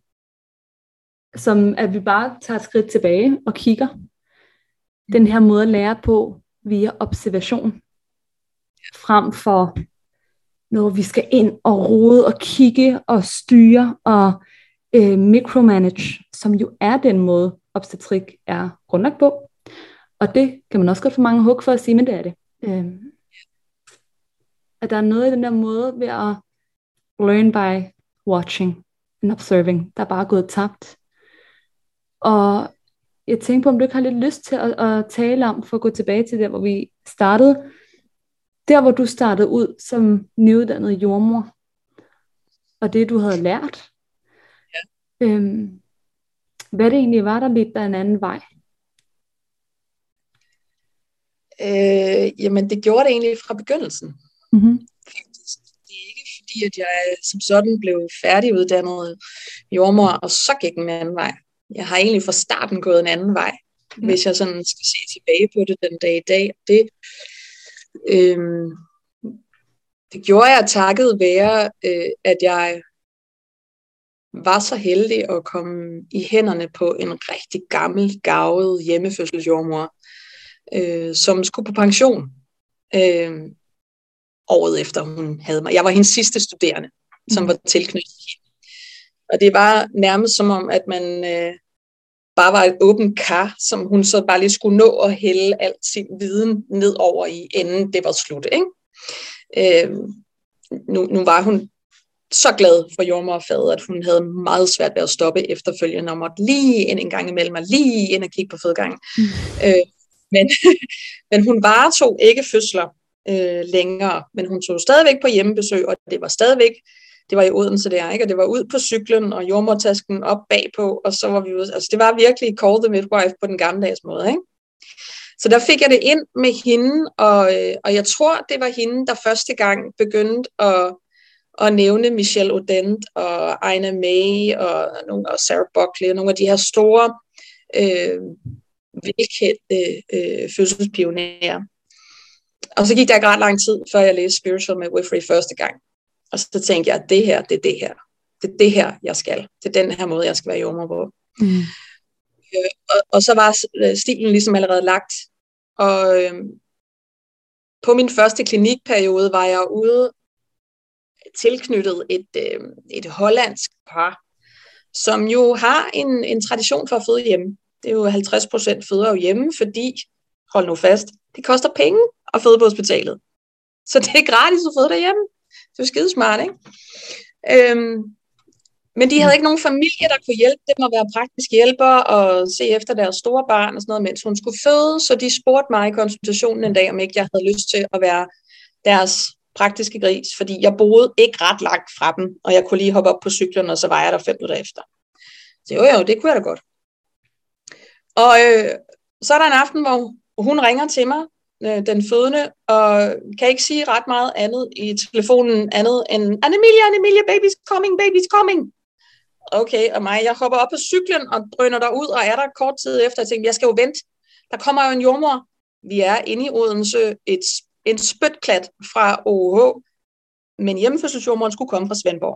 som at vi bare tager et skridt tilbage og kigger. Den her måde at lære på via observation, frem for når vi skal ind og rode og kigge og styre og øh, micromanage, som jo er den måde obstetrik er grundlagt på. Og det kan man også godt få mange hug for at sige, men det er det. Øh, at der er noget i den der måde ved at learn by watching and observing, der er bare gået tabt. Og jeg tænker på, om du ikke har lidt lyst til at, at tale om, for at gå tilbage til der, hvor vi startede. Der, hvor du startede ud som nyuddannet jordmor, og det, du havde lært. Ja. Øhm, hvad det egentlig var, der lidt der en anden vej? Øh, jamen, det gjorde det egentlig fra begyndelsen. Mm-hmm. Det er ikke fordi, at jeg som sådan blev færdiguddannet jordmor, og så gik en anden vej. Jeg har egentlig fra starten gået en anden vej, ja. Hvis jeg sådan skal se tilbage på det den dag i dag. Det, øhm, det gjorde jeg takket være, øh, at jeg var så heldig at komme i hænderne på en rigtig gammel, garvet hjemmefødselsjordmor, øh, som skulle på pension øh, året efter hun havde mig. Jeg var hendes sidste studerende, som var tilknyttet. Og det var nærmest som om, at man øh, bare var et åbent kar, som hun så bare lige skulle nå at hælde alt sin viden ned over i, inden det var slut. Ikke? Øh, nu, nu var hun så glad for jordmorfaget, at hun havde meget svært ved at stoppe efterfølgende, og måtte lige ind en gang imellem, og lige ind og kigge på fødegangen. Mm. Øh, men, men hun varetog ikke fødsler øh, længere, men hun tog stadigvæk på hjemmebesøg, og det var stadigvæk, det var i Odense der, ikke? Og det var ud på cyklen, og jordmortasken op bagpå, og så var vi ude, altså det var virkelig call the midwife på den gammeldags måde, ikke? Så der fik jeg det ind med hende, og, øh, og jeg tror, det var hende, der første gang begyndte at og nævne Michelle Odent og Ina May og, og Sarah Buckley og nogle af de her store øh, velkendte øh, fødselspionerer. Og så gik der ikke ret lang tid, før jeg læste Spiritual Midwifery første gang. Og så tænkte jeg, at det her, det er det her. Det er det her, jeg skal. Det er den her måde, jeg skal være jordmor på. Mm. Øh, og, og så var stilen ligesom allerede lagt. Og øh, på min første klinikperiode var jeg ude tilknyttet et, øh, et hollandsk par, som jo har en, en tradition for at føde hjemme. Det er jo halvtreds procent føder jo hjemme, fordi, hold nu fast, det koster penge at føde på hospitalet. Så det er gratis at føde derhjemme. Det er jo skidesmart, ikke? Øhm, men de havde ikke nogen familie, der kunne hjælpe dem at være praktiske hjælpere og se efter deres store barn og sådan noget, mens hun skulle føde. Så de spurgte mig i konsultationen en dag, om ikke jeg havde lyst til at være deres praktiske gris, fordi jeg boede ikke ret langt fra dem, og jeg kunne lige hoppe op på cyklen, og så var jeg der fem minutter efter. Så jo, jo, det kunne jeg da godt. Og øh, så er der en aften, hvor hun ringer til mig, øh, den fødende, og kan ikke sige ret meget andet i telefonen, andet end, Anne-Emilia, Anne-Emilia, baby's coming, baby's coming. Okay, og mig, jeg hopper op på cyklen, og drøner derud, og er der kort tid efter, jeg tænkte, jeg skal jo vente. Der kommer jo en jordmor. Vi er inde i Odense, et en spytklat fra O H, men hjemmefødselsjordmoren skulle komme fra Svendborg.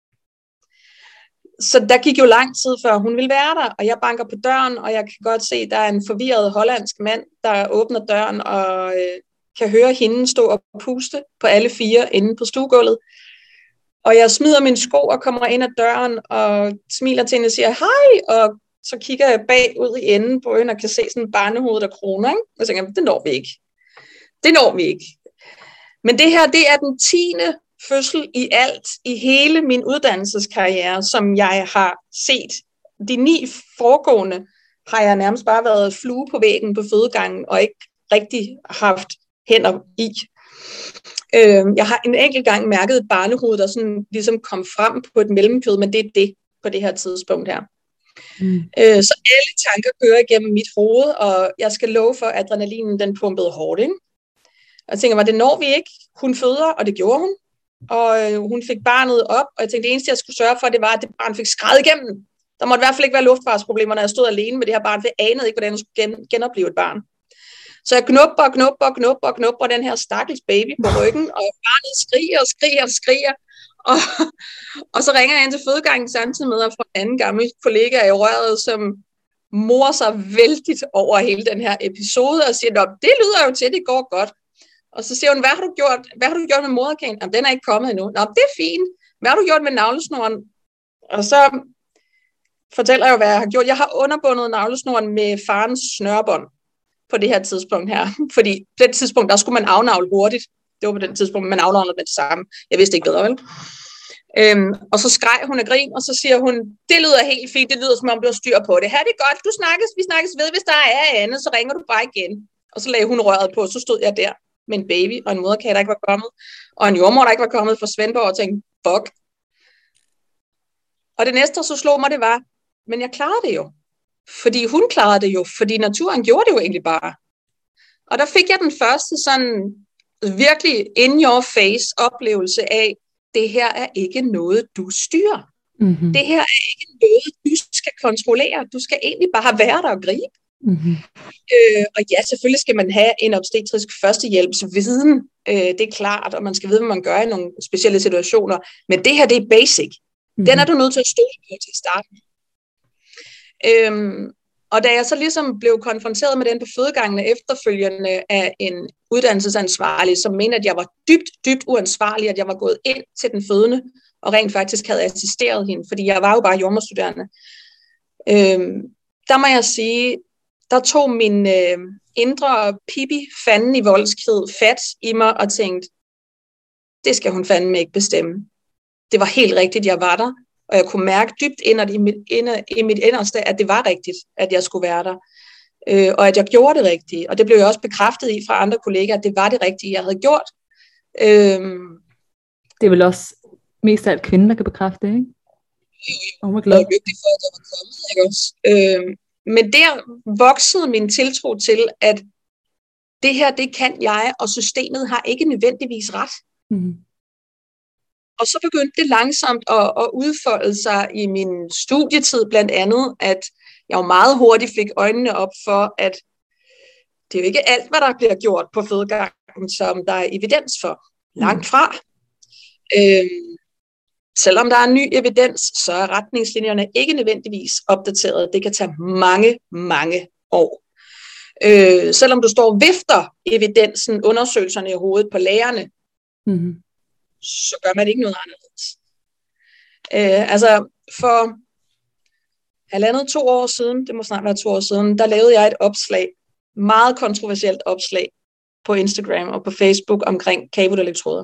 Så der gik jo lang tid, før hun ville være der, og jeg banker på døren, og jeg kan godt se, at der er en forvirret hollandsk mand, der åbner døren, og øh, kan høre hende stå og puste på alle fire inde på stuegulvet. Og jeg smider min sko og kommer ind ad døren, og smiler til hende og siger, hej, og så kigger jeg bagud i enden på hende, og kan se sådan en barnehode, der kroner, ikke? Og så tænker jeg, det når vi ikke. Det når vi ikke. Men det her, det er den tiende fødsel i alt, i hele min uddannelseskarriere, som jeg har set. De ni foregående har jeg nærmest bare været flue på væggen på fødegangen, og ikke rigtig haft hænder i. Jeg har en enkelt gang mærket et barnehoved, der sådan ligesom kom frem på et mellemkød, men det er det på det her tidspunkt her. Mm. Så alle tanker kører igennem mit hoved, og jeg skal love for, at adrenalinen den pumpede hårdt, ikke? Og jeg tænker mig, det når vi ikke. Hun føder, og det gjorde hun. Og øh, hun fik barnet op, og jeg tænkte, det eneste, jeg skulle sørge for, det var, at det barn fik skrevet igennem. Der måtte i hvert fald ikke være luftfartsproblemer, når jeg stod alene med det her barn, for jeg anede ikke, hvordan jeg skulle gen- genopleve et barn. Så jeg knupper og knupper og knupper og knupper den her stakkels baby på ryggen, og barnet skriger og skriger og skriger. Og, og så ringer jeg ind til fødegangen samtidig med at få en anden gammel kollega i røret, som morer sig vældigt over hele den her episode, og siger, det lyder jo til, det går godt. Og så siger hun, hvad har du gjort, hvad har du gjort med moderkagen? Jamen, den er ikke kommet endnu. Nå, det er fint. Hvad har du gjort med navlesnoren? Og så fortæller jeg jo, hvad jeg har gjort. Jeg har underbundet navlesnoren med farens snørebånd på det her tidspunkt her. Fordi på det tidspunkt, der skulle man afnavle hurtigt. Det var på den tidspunkt, man afnavlede med det samme. Jeg vidste ikke bedre, vel? Øhm, og så skreg hun af grin, og så siger hun, det lyder helt fint, det lyder som om du har styr på det. Her det er godt, du snakkes, vi snakkes ved, hvis der er andet, så ringer du bare igen. Og så lagde hun røret på, så stod jeg der med en baby og en moderkage, der ikke var kommet, og en jordmor, der ikke var kommet fra Svendborg, og tænkte, fuck. Og det næste, så slog mig, det var, men jeg klarede det jo. Fordi hun klarede det jo, fordi naturen gjorde det jo egentlig bare. Og der fik jeg den første sådan virkelig in your face oplevelse af, det her er ikke noget, du styrer. Mm-hmm. Det her er ikke noget, du skal kontrollere. Du skal egentlig bare være der og gribe. Mm-hmm. Øh, og ja, selvfølgelig skal man have en obstetrisk førstehjælpsviden. Øh, det er klart, og man skal vide, hvad man gør i nogle specielle situationer. Men det her, det er basic. Mm-hmm. Den er du nødt til at stole på til starten. Øhm, og da jeg så ligesom blev konfronteret med den på fødegangene efterfølgende af en uddannelsesansvarlig, som mente, at jeg var dybt, dybt uansvarlig, at jeg var gået ind til den fødende, og rent faktisk havde assisteret hende, fordi jeg var jo bare jordemoderstuderende. Øhm, der må jeg sige, der tog min øh, indre Pippi, fanden i voldsked, fat i mig og tænkte, det skal hun fandme ikke bestemme. Det var helt rigtigt, jeg var der, og jeg kunne mærke dybt indad i mit, inder, i mit inderste, at det var rigtigt, at jeg skulle være der. Øh, og at jeg gjorde det rigtige. Og det blev jeg også bekræftet i fra andre kollegaer, at det var det rigtige, jeg havde gjort. Øh, det er vel også mest af alt kvinden, der kan bekræfte det, ikke? Oh, jeg var lykkelig for, at jeg var kommet, ikke også? Øh, men der voksede min tiltro til, at det her, det kan jeg, og systemet har ikke nødvendigvis ret. Mm. Og så begyndte det langsomt at, at udfolde sig i min studietid, blandt andet, at jeg jo meget hurtigt fik øjnene op for, at det er jo ikke alt, hvad der bliver gjort på fødegangen, som der er evidens for. Langt fra. Øhm, selvom der er ny evidens, så er retningslinjerne ikke nødvendigvis opdateret. Det kan tage mange, mange år. Øh, selvom du står og vifter evidensen, undersøgelserne i hovedet på lærerne, mm-hmm. så gør man ikke noget anderledes. Øh, altså for halvandet to år siden, det må snart være to år siden, der lavede jeg et opslag, meget kontroversielt opslag på Instagram og på Facebook omkring Caput-elektroder.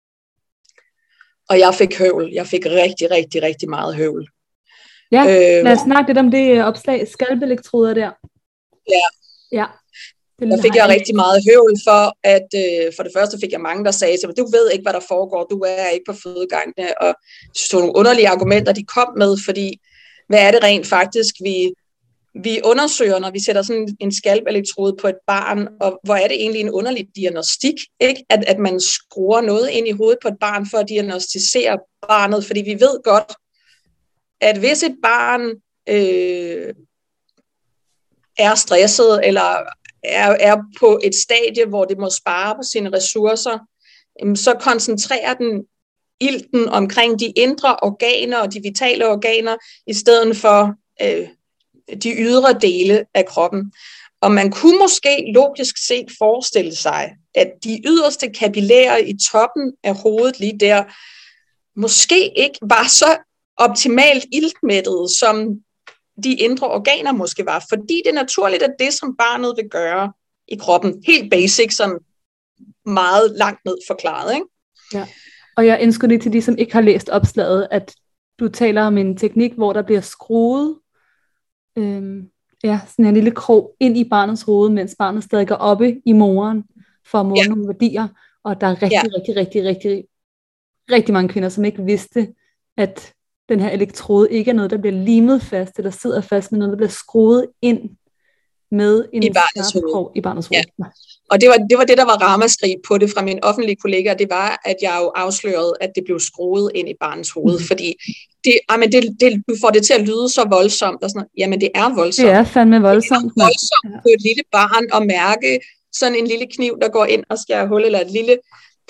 Og jeg fik høvl. Jeg fik rigtig, rigtig, rigtig meget høvl. Ja, øh, lad os snakke lidt om det opslag, skalpelektroder der. Ja. Ja. Der fik jeg rigtig meget høvl for, at øh, for det første fik jeg mange, der sagde til mig, du ved ikke, hvad der foregår, du er ikke på fødegangene, og så nogle underlige argumenter, de kom med, fordi hvad er det rent faktisk, vi, vi undersøger, når vi sætter sådan en skalpelektrode på et barn, og hvor er det egentlig en underlig diagnostik, ikke? At, at man skruer noget ind i hovedet på et barn, for at diagnostisere barnet, fordi vi ved godt, at hvis et barn øh, er stresset, eller er, er på et stadie, hvor det må spare på sine ressourcer, så koncentrerer den ilten omkring de indre organer og de vitale organer, i stedet for øh, de ydre dele af kroppen. Og man kunne måske logisk set forestille sig, at de yderste kapillærer i toppen af hovedet lige der, måske ikke var så optimalt iltmættede, som de indre organer måske var, fordi det er naturligt, at det, som barnet vil gøre i kroppen, helt basic, sådan meget langt ned forklaret, ikke? Ja. Og jeg ønsker det til de, som ikke har læst opslaget, at du taler om en teknik, hvor der bliver skruet øhm, ja, sådan en lille krog ind i barnets hoved, mens barnet stadig går oppe i moren, for at måle ja. nogle værdier, og der er rigtig, ja. rigtig, rigtig, rigtig, rigtig mange kvinder, som ikke vidste, at den her elektrode ikke er noget, der bliver limet fast, eller sidder fast, men noget, der bliver skruet ind med en I barnets hoved. I barnets hoved. Ja. Og det var, det var det, der var ramaskrig på det fra mine offentlige kollegaer, det var, at jeg jo afslørede, at det blev skruet ind i barnets hoved, mm. fordi det, jamen det, det, du får det til at lyde så voldsomt, og sådan noget. Jamen det er voldsomt. Det er fandme voldsomt. Det er voldsomt ja. på et lille barn at mærke sådan en lille kniv, der går ind og skærer hul, eller et lille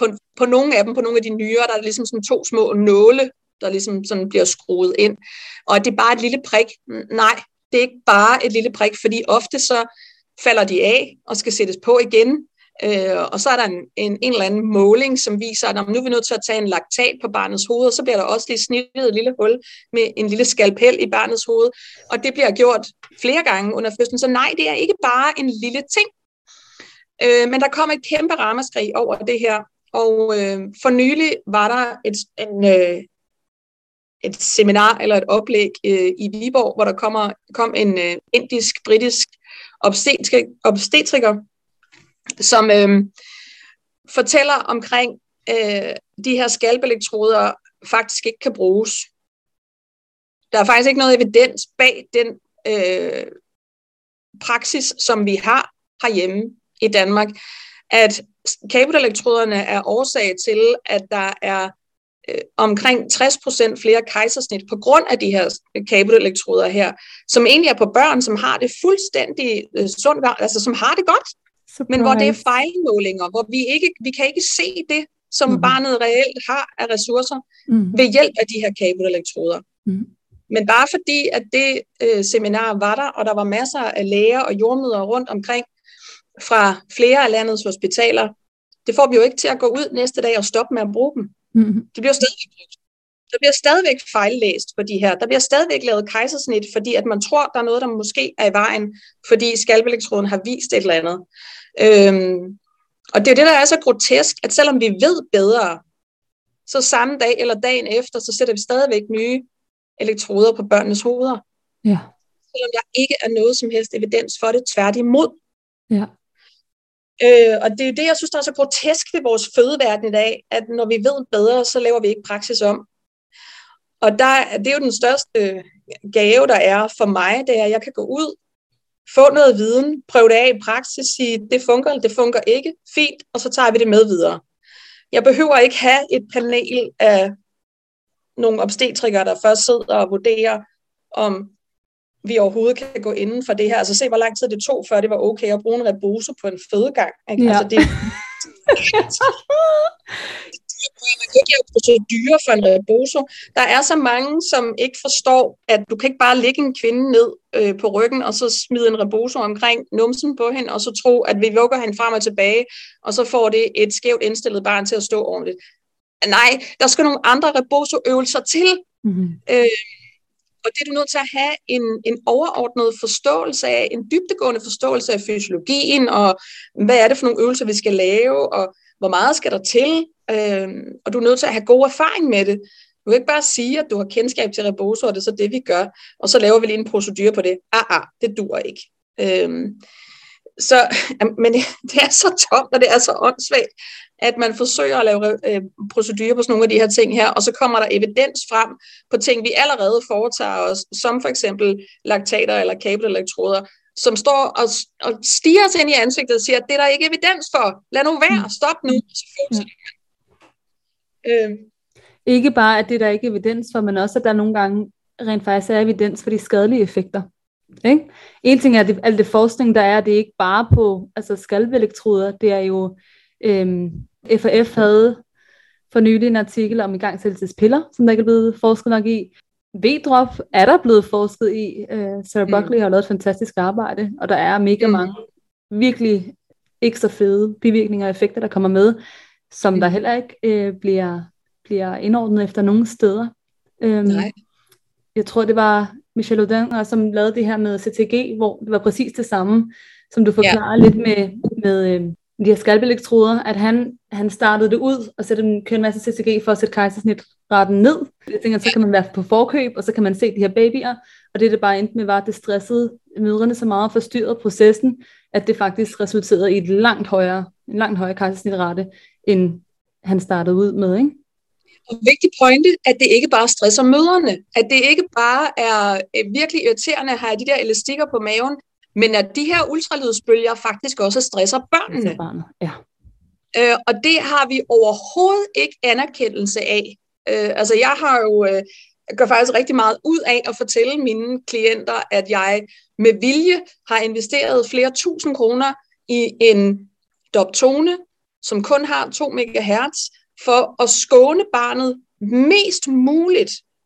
på, på nogle af dem, på nogle af de nyere, der er ligesom sådan to små nåle, der ligesom sådan bliver skruet ind. Og at det er bare et lille prik. Nej, det er ikke bare et lille prik, fordi ofte så falder de af og skal sættes på igen. Øh, og så er der en, en, en eller anden måling, som viser, at nu er vi nødt til at tage en laktat på barnets hoved, og så bliver der også lige snittet et lille hul med en lille skalpel i barnets hoved. Og det bliver gjort flere gange under fødslen. Så nej, det er ikke bare en lille ting. Øh, men der kom et kæmpe ramaskrig over det her. Og øh, for nylig var der et, en, øh, et seminar eller et oplæg øh, i Viborg, hvor der kommer, kom en øh, indisk-britisk obstetrik, obstetriker, som øh, fortæller omkring øh, de her skalpelektroder faktisk ikke kan bruges. Der er faktisk ikke noget evidens bag den øh, praksis, som vi har herhjemme i Danmark, at kabelelektroderne er årsag til, at der er øh, omkring tres procent flere kejsersnit på grund af de her kabelelektroder her, som egentlig er på børn, som har det fuldstændig øh, sundt, altså som har det godt. Surprise. Men hvor det er fejlmålinger, hvor vi ikke vi kan ikke se det, som mm. barnet reelt har af ressourcer mm. ved hjælp af de her kabelelektroder. Mm. Men bare fordi, at det øh, seminar var der, og der var masser af læger og jordmødre rundt omkring fra flere af landets hospitaler, det får vi jo ikke til at gå ud næste dag og stoppe med at bruge dem. Mm. Det bliver stadigvæk brugt. Der bliver stadigvæk fejllæst på de her. Der bliver stadigvæk lavet kejsersnit, fordi at man tror, der er noget, der måske er i vejen, fordi skalpelektroden har vist et eller andet. Øhm, og det er det, der er så grotesk, at selvom vi ved bedre, så samme dag eller dagen efter, så sætter vi stadigvæk nye elektroder på børnenes hoveder. Ja. Selvom der ikke er noget som helst evidens for det, tværtimod. Ja. Øh, og det er det, jeg synes, der er så grotesk ved vores fødeverden i dag, at når vi ved bedre, så laver vi ikke praksis om. Og der, det er jo den største gave, der er for mig, det er, at jeg kan gå ud, få noget viden, prøve det af i praksis, sige, det fungerer eller det fungerer ikke, fint, og så tager vi det med videre. Jeg behøver ikke have et panel af nogle obstetrikere, der først sidder og vurderer, om vi overhovedet kan gå inden for det her. Altså se, hvor lang tid det tog, før det var okay at bruge en rebozo på en fødegang. Ikke? Ja. Altså, det, man kan ikke lave procedurer for en rebozo. Der er så mange, som ikke forstår, at du kan ikke bare lægge en kvinde ned øh, på ryggen, og så smide en rebozo omkring numsen på hende, og så tro, at vi vugger hende frem og tilbage, og så får det et skævt indstillet barn til at stå ordentligt. Nej, der skal nogle andre rebozo-øvelser til. Mm-hmm. Øh, og det er du nødt til at have en, en overordnet forståelse af, en dybdegående forståelse af fysiologien, og hvad er det for nogle øvelser, vi skal lave, og hvor meget skal der til, øh, og du er nødt til at have god erfaring med det. Du kan ikke bare sige, at du har kendskab til rebozo, og det er så det, vi gør, og så laver vi lige en procedure på det. Ah, ah, det dur ikke. Øh, så, men det er så tomt, og det er så åndssvagt, at man forsøger at lave øh, procedurer på sådan nogle af de her ting her, og så kommer der evidens frem på ting, vi allerede foretager os, som for eksempel laktater eller kabelelektroder, som står og, og stiger os ind i ansigtet og siger, at det er der ikke evidens for. Lad nu være, stop nu. Så fortsætter man. Øh. Ikke bare, at det der ikke er evidens for, men også, at der nogle gange rent faktisk er evidens for de skadelige effekter. Ikke? En ting er, at det, alt det forskning, der er, det er ikke bare på altså skalpelektroder, det er jo øhm, F A F havde for nylig en artikel om igangsættelsespiller, som der ikke er blevet forsket nok i. V-drop er der blevet forsket i. Uh, Sarah Buckley mm. har lavet et fantastisk arbejde, og der er mega mm. mange virkelig ikke så fede bivirkninger og effekter, der kommer med, som mm. der heller ikke øh, bliver, bliver indordnet efter nogle steder. Um, Nej. Jeg tror, det var Michel Audin, som lavede det her med C T G, hvor det var præcis det samme, som du forklarer yeah. lidt med, med øh, de her skalpelektroder, at han, han startede det ud, og sætte en, køre en masse C T G for at sætte kejsersnitraten ned. Jeg tænker, så kan man være på forkøb, og så kan man se de her babyer, og det, det bare endte med, var, at det stressede mødrene så meget og forstyrrede processen, at det faktisk resulterede i et langt højere, en langt højere kejsersnitrate, end han startede ud med, ikke? Og vigtig pointe, at det ikke bare stresser mødrene, at det ikke bare er virkelig irriterende at have de der elastikker på maven, men at de her ultralydsbølger faktisk også stresser børnene. Barnet, ja. øh, og det har vi overhovedet ikke anerkendelse af. Øh, altså jeg har jo øh, jeg gør faktisk rigtig meget ud af at fortælle mine klienter, at jeg med vilje har investeret flere tusind kroner i en Doptone, som kun har to megahertz, for at skåne barnet mest muligt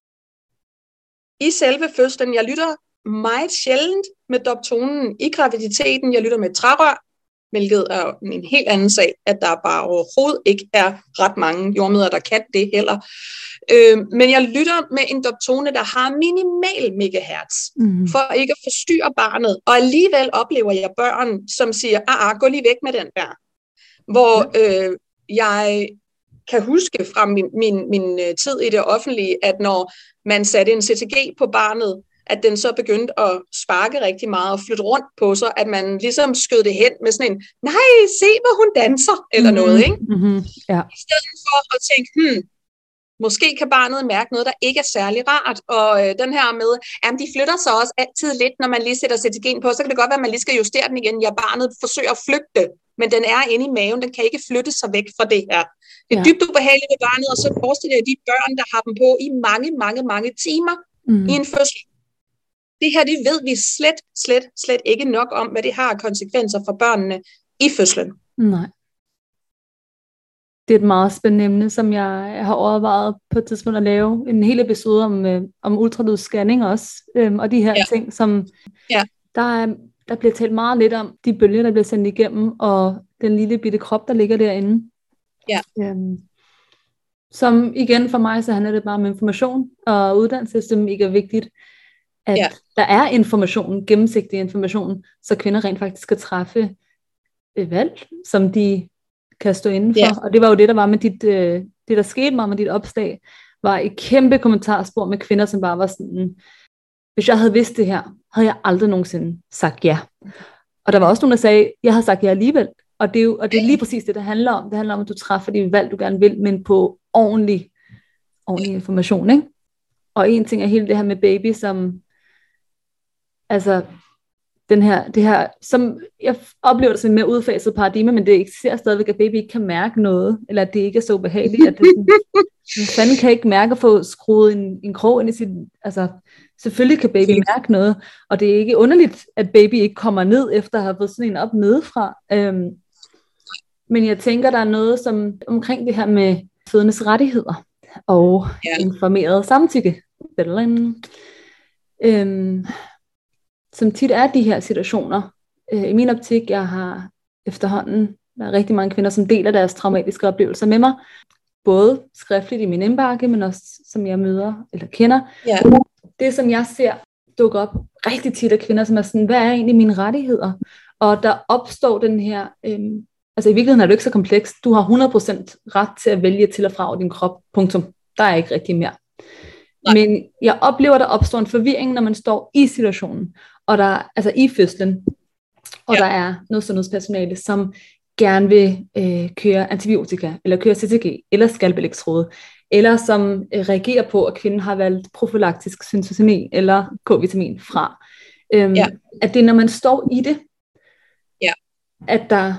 i selve fødslen. Jeg lytter meget sjældent med doptonen i graviditeten. Jeg lytter med trærør, hvilket er en helt anden sag, at der bare overhovedet ikke er ret mange jordmødre, der kan det heller. Øh, men jeg lytter med en doptone, der har minimal megahertz, mm. for ikke at forstyrre barnet. Og alligevel oplever jeg børn, som siger, ah, ah, gå lige væk med den der. Hvor øh, jeg kan huske fra min, min, min tid i det offentlige, at når man satte en C T G på barnet, at den så begyndte at sparke rigtig meget og flytte rundt på sig, at man ligesom skød det hen med sådan en, nej, se hvor hun danser, eller mm-hmm. noget, ikke? Mm-hmm. Ja. I stedet for at tænke, hmm, måske kan barnet mærke noget, der ikke er særlig rart, og øh, den her med, jamen de flytter sig også altid lidt, når man lige sætter C T G'en på, så kan det godt være, at man lige skal justere den igen, ja, barnet forsøger at flygte, men den er inde i maven, den kan ikke flytte sig væk fra det her. Det er ja. dybt ubehageligt ved barnet, og så forestiller jeg de børn, der har dem på i mange, mange, mange timer mm. i en fødsel. Det her, det ved vi slet, slet, slet ikke nok om, hvad det har af konsekvenser for børnene i fødslen. Nej. Det er et meget spændende emne, som jeg har overvejet på et tidspunkt at lave en hel episode om, øh, om ultralydsscanning også, øh, og de her ja. ting, som ja. der, er, der bliver talt meget lidt om, de bølger, der bliver sendt igennem, og den lille bitte krop, der ligger derinde. Ja. Øhm, som igen for mig, så handler det bare om information, og uddannelsessystem ikke er vigtigt, at ja. der er information, gennemsigtig information, så kvinder rent faktisk skal træffe et valg, som de kan stå indenfor. Ja. Og det var jo det, der var med dit, øh, det der skete meget med dit opslag, var et kæmpe kommentarspor med kvinder, som bare var sådan, hvis jeg havde vidst det her, havde jeg aldrig nogensinde sagt ja. Og der var også nogen, der sagde, jeg har sagt ja alligevel. Og det er jo, og det er lige præcis det, det handler om. Det handler om, at du træffer de valg, du gerne vil, men på ordentlig, ordentlig information, ikke? Og en ting er hele det her med baby, som altså den her, det her, som jeg oplever det som en mere udfaset paradigme, men det eksisterer stadigvæk, at baby ikke kan mærke noget, eller at det ikke er så behageligt, at det sådan, fanden kan ikke mærke at få skruet en, en krog ind i sit, altså selvfølgelig kan baby mærke noget, og det er ikke underligt, at baby ikke kommer ned, efter at have fået sådan en op nedefra. Øhm, men jeg tænker, der er noget som omkring det her med fødendes rettigheder, og ja. informeret samtykke. Øhm, som tit er de her situationer. Øh, I min optik, jeg har efterhånden, der er rigtig mange kvinder, som deler deres traumatiske oplevelser med mig, både skriftligt i min indbakke, men også som jeg møder eller kender. Ja. Det, som jeg ser dukke op rigtig tit af kvinder, som er sådan, hvad er egentlig mine rettigheder? Og der opstår den her, øhm, altså i virkeligheden er det ikke så komplekst, du har hundrede procent ret til at vælge til og fra over din krop, punktum. Der er ikke rigtig mere. Nej. Men jeg oplever, der opstår en forvirring, når man står i situationen, og der, altså i fødslen, og ja. der er noget sundhedspersonale, som gerne vil øh, køre antibiotika, eller køre C T G, eller skalpelektrode, eller som øh, reagerer på, at kvinden har valgt profylaktisk syntosemi, eller K-vitamin fra. Øhm, ja. At det er, når man står i det, ja. at der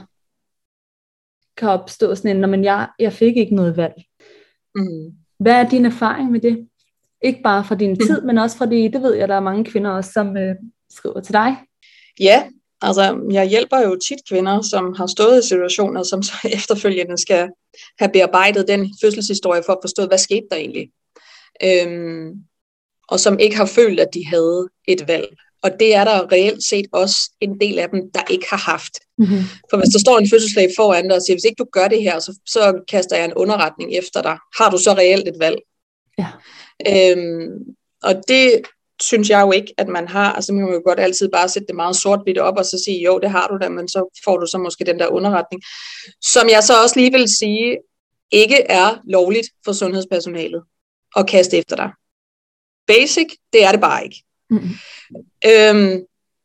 kan opstå sådan en, når man, jeg, jeg fik ikke noget valg. Mm. Hvad er din erfaring med det? Ikke bare fra din tid, men også fra det, det ved jeg, der er mange kvinder også, som øh, skriver til dig. Ja, altså jeg hjælper jo tit kvinder, som har stået i situationer, som så efterfølgende skal have bearbejdet den fødselshistorie for at forstå, hvad skete der egentlig. Øhm, og som ikke har følt, at de havde et valg. Og det er der reelt set også en del af dem, der ikke har haft. Mm-hmm. For hvis der står en fødselslæge foran dig og siger, hvis ikke du gør det her, så, så kaster jeg en underretning efter dig. Har du så reelt et valg? Ja. Øhm, og det synes jeg jo ikke, at man har. Altså man kan jo godt altid bare sætte det meget sort-hvidt op og så sige, jo, det har du da, men så får du så måske den der underretning. Som jeg så også lige vil sige, ikke er lovligt for sundhedspersonalet at kaste efter dig. Basic, det er det bare ikke. Mm-hmm. Øhm,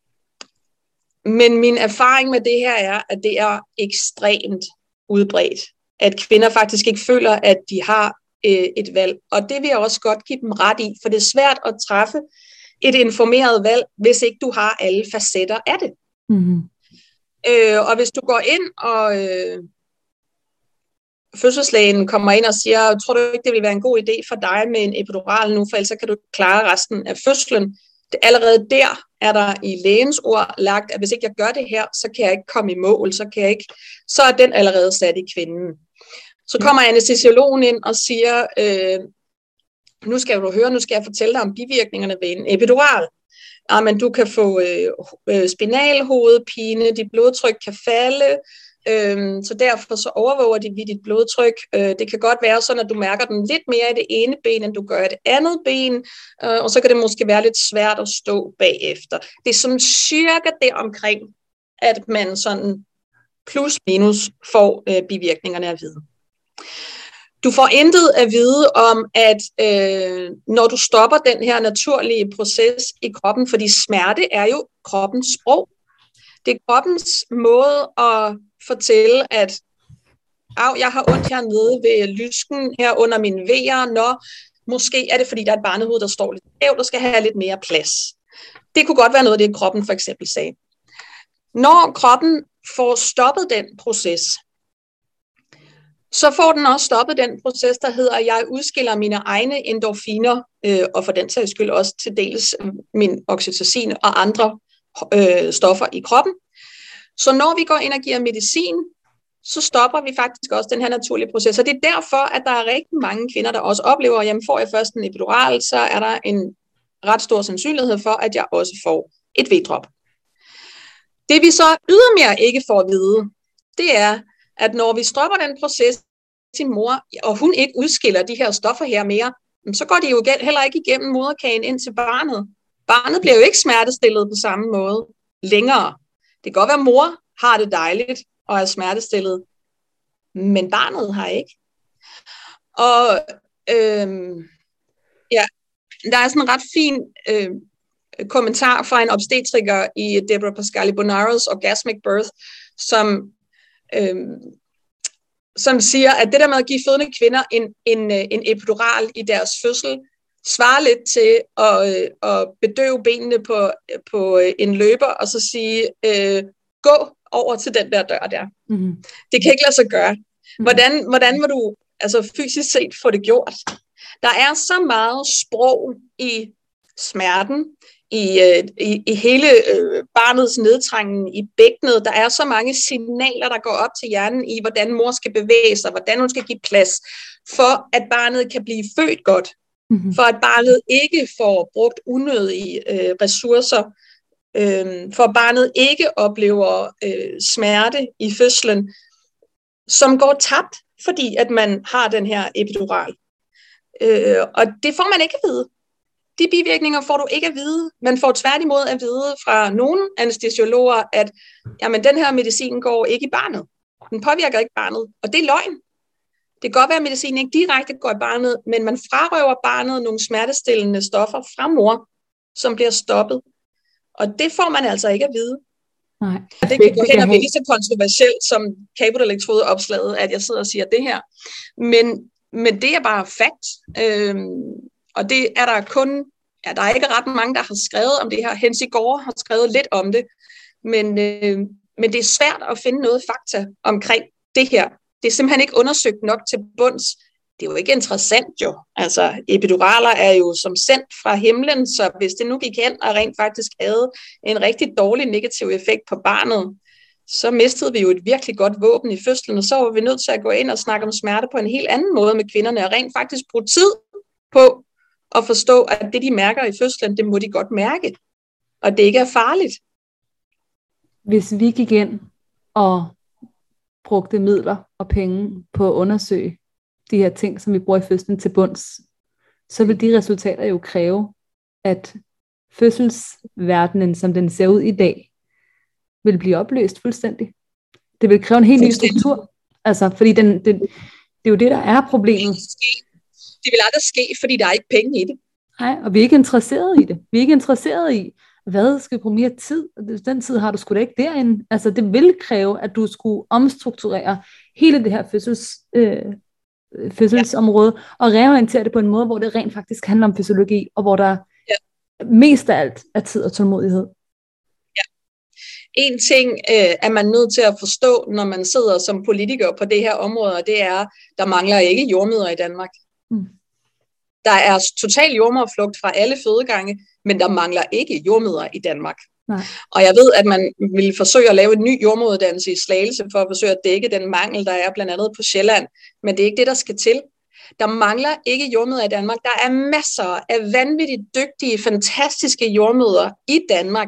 men min erfaring med det her er, at det er ekstremt udbredt. At kvinder faktisk ikke føler, at de har øh, et valg. Og det vil jeg også godt give dem ret i, for det er svært at træffe et informeret valg, hvis ikke du har alle facetter af det. Mm-hmm. Øh, og hvis du går ind og øh, fødselslægen kommer ind og siger, tror du ikke, det vil være en god idé for dig med en epidural nu, for ellers så kan du klare resten af fødslen, Det, allerede der er der i lægens ord lagt, at hvis ikke jeg gør det her, så kan jeg ikke komme i mål, så, kan jeg ikke, så er den allerede sat i kvinden. Så kommer anæstesiologen ind og siger, øh, nu skal du høre, nu skal jeg fortælle dig om bivirkningerne ved en epidural. Ja, men du kan få øh, spinalhovedpine, dit blodtryk kan falde, øh, så derfor så overvåger de vi dit blodtryk. Øh, det kan godt være sådan, at du mærker den lidt mere i det ene ben, end du gør i det andet ben, øh, og så kan det måske være lidt svært at stå bagefter. Det er sådan cirka deromkring, at man sådan plus minus får øh, bivirkningerne at vide. Du får intet at vide om, at øh, når du stopper den her naturlige proces i kroppen, fordi smerte er jo kroppens sprog. Det er kroppens måde at fortælle, at Au, jeg har ondt hernede ved lysken her under mine vejer, når måske er det, fordi der er et barnehoved, der står lidt skævt og skal have lidt mere plads. Det kunne godt være noget af det, kroppen for eksempel sagde. Når kroppen får stoppet den proces, så får den også stoppet den proces, der hedder, at jeg udskiller mine egne endorfiner, øh, og for den sags skyld også til dels min oxytocin og andre øh, stoffer i kroppen. Så når vi går ind og giver medicin, så stopper vi faktisk også den her naturlige proces. Og det er derfor, at der er rigtig mange kvinder, der også oplever, jamen får jeg først en epidural, så er der en ret stor sandsynlighed for, at jeg også får et V-drop. Det vi så ydermere ikke får at vide, det er, at når vi stopper den proces til mor, og hun ikke udskiller de her stoffer her mere, så går de jo heller ikke igennem moderkagen ind til barnet. Barnet bliver jo ikke smertestillet på samme måde længere. Det kan godt være, at mor har det dejligt og er smertestillet, men barnet har ikke. Og øhm, ja, der er sådan en ret fin øh, kommentar fra en obstetriker i Deborah Pascali-Bonaros Orgasmic Birth, som Øhm, som siger, at det der med at give fødende kvinder en, en, en epidural i deres fødsel, svarer lidt til at, at bedøve benene på, på en løber, og så sige, øh, gå over til den der dør der. Mm-hmm. Det kan ikke lade sig gøre. Hvordan, hvordan må du altså fysisk set få det gjort? Der er så meget sprog i smerten, I, i, i hele øh, barnets nedtrængen i bækkenet. Der er så mange signaler, der går op til hjernen i, hvordan mor skal bevæge sig, hvordan hun skal give plads, for at barnet kan blive født godt, mm-hmm. for at barnet ikke får brugt unødige øh, ressourcer, øh, for at barnet ikke oplever øh, smerte i fødslen, som går tabt, fordi at man har den her epidural. Øh, og det får man ikke at vide. De bivirkninger får du ikke at vide. Man får tværtimod at vide fra nogle anæstesiologer, at jamen, den her medicin går ikke i barnet. Den påvirker ikke barnet, og det er løgn. Det kan godt være, at medicinen ikke direkte går i barnet, men man frarøver barnet nogle smertestillende stoffer fra mor, som bliver stoppet. Og det får man altså ikke at vide. Nej. Og det kan gå hen og blive lige så kontroversielt som kabelelektrodeopslaget, at jeg sidder og siger det her. Men, men det er bare fakt. Øhm, Og det er der kun, ja, der er ikke ret mange, der har skrevet om det her. Hensi Gore har skrevet lidt om det, men, øh, men det er svært at finde noget fakta omkring det her. Det er simpelthen ikke undersøgt nok til bunds. Det er jo ikke interessant jo. Altså, epiduraler er jo som sendt fra himlen, så hvis det nu gik hen og rent faktisk havde en rigtig dårlig negativ effekt på barnet, så mistede vi jo et virkelig godt våben i fødslen, og så var vi nødt til at gå ind og snakke om smerte på en helt anden måde med kvinderne, og rent faktisk bruge tid på og forstå, at det, de mærker i fødslen, det må de godt mærke, og det ikke er farligt. Hvis vi gik ind og brugte midler og penge på at undersøge de her ting, som vi bruger i fødslen til bunds, så vil de resultater jo kræve, at fødselsverdenen, som den ser ud i dag, vil blive opløst fuldstændig. Det vil kræve en helt ny struktur. Altså, fordi den, den, det er jo det, der er problemet. Det vil aldrig ske, fordi der er ikke penge i det. Nej, og vi er ikke interesseret i det. Vi er ikke interesseret i, hvad skal vi bruge mere tid? Den tid har du sgu da ikke derinde. Altså, det vil kræve, at du skulle omstrukturere hele det her fødsels, øh, fødselsområde, ja. Og reorientere det på en måde, hvor det rent faktisk handler om fysiologi, og hvor der ja. mest af alt er tid og tålmodighed. Ja. En ting øh, er man nødt til at forstå, når man sidder som politiker på det her område, og det er, der mangler ikke jordmødre i Danmark. Mm. Der er total jordmoderflugt fra alle fødegange, men der mangler ikke jordmødre i Danmark. Nej. Og jeg ved, at man vil forsøge at lave en ny jordmoderuddannelse i Slagelse for at forsøge at dække den mangel, der er blandt andet på Sjælland. Men det er ikke det, der skal til. Der mangler ikke jordmødre i Danmark. Der er masser af vanvittigt dygtige, fantastiske jordmødre i Danmark,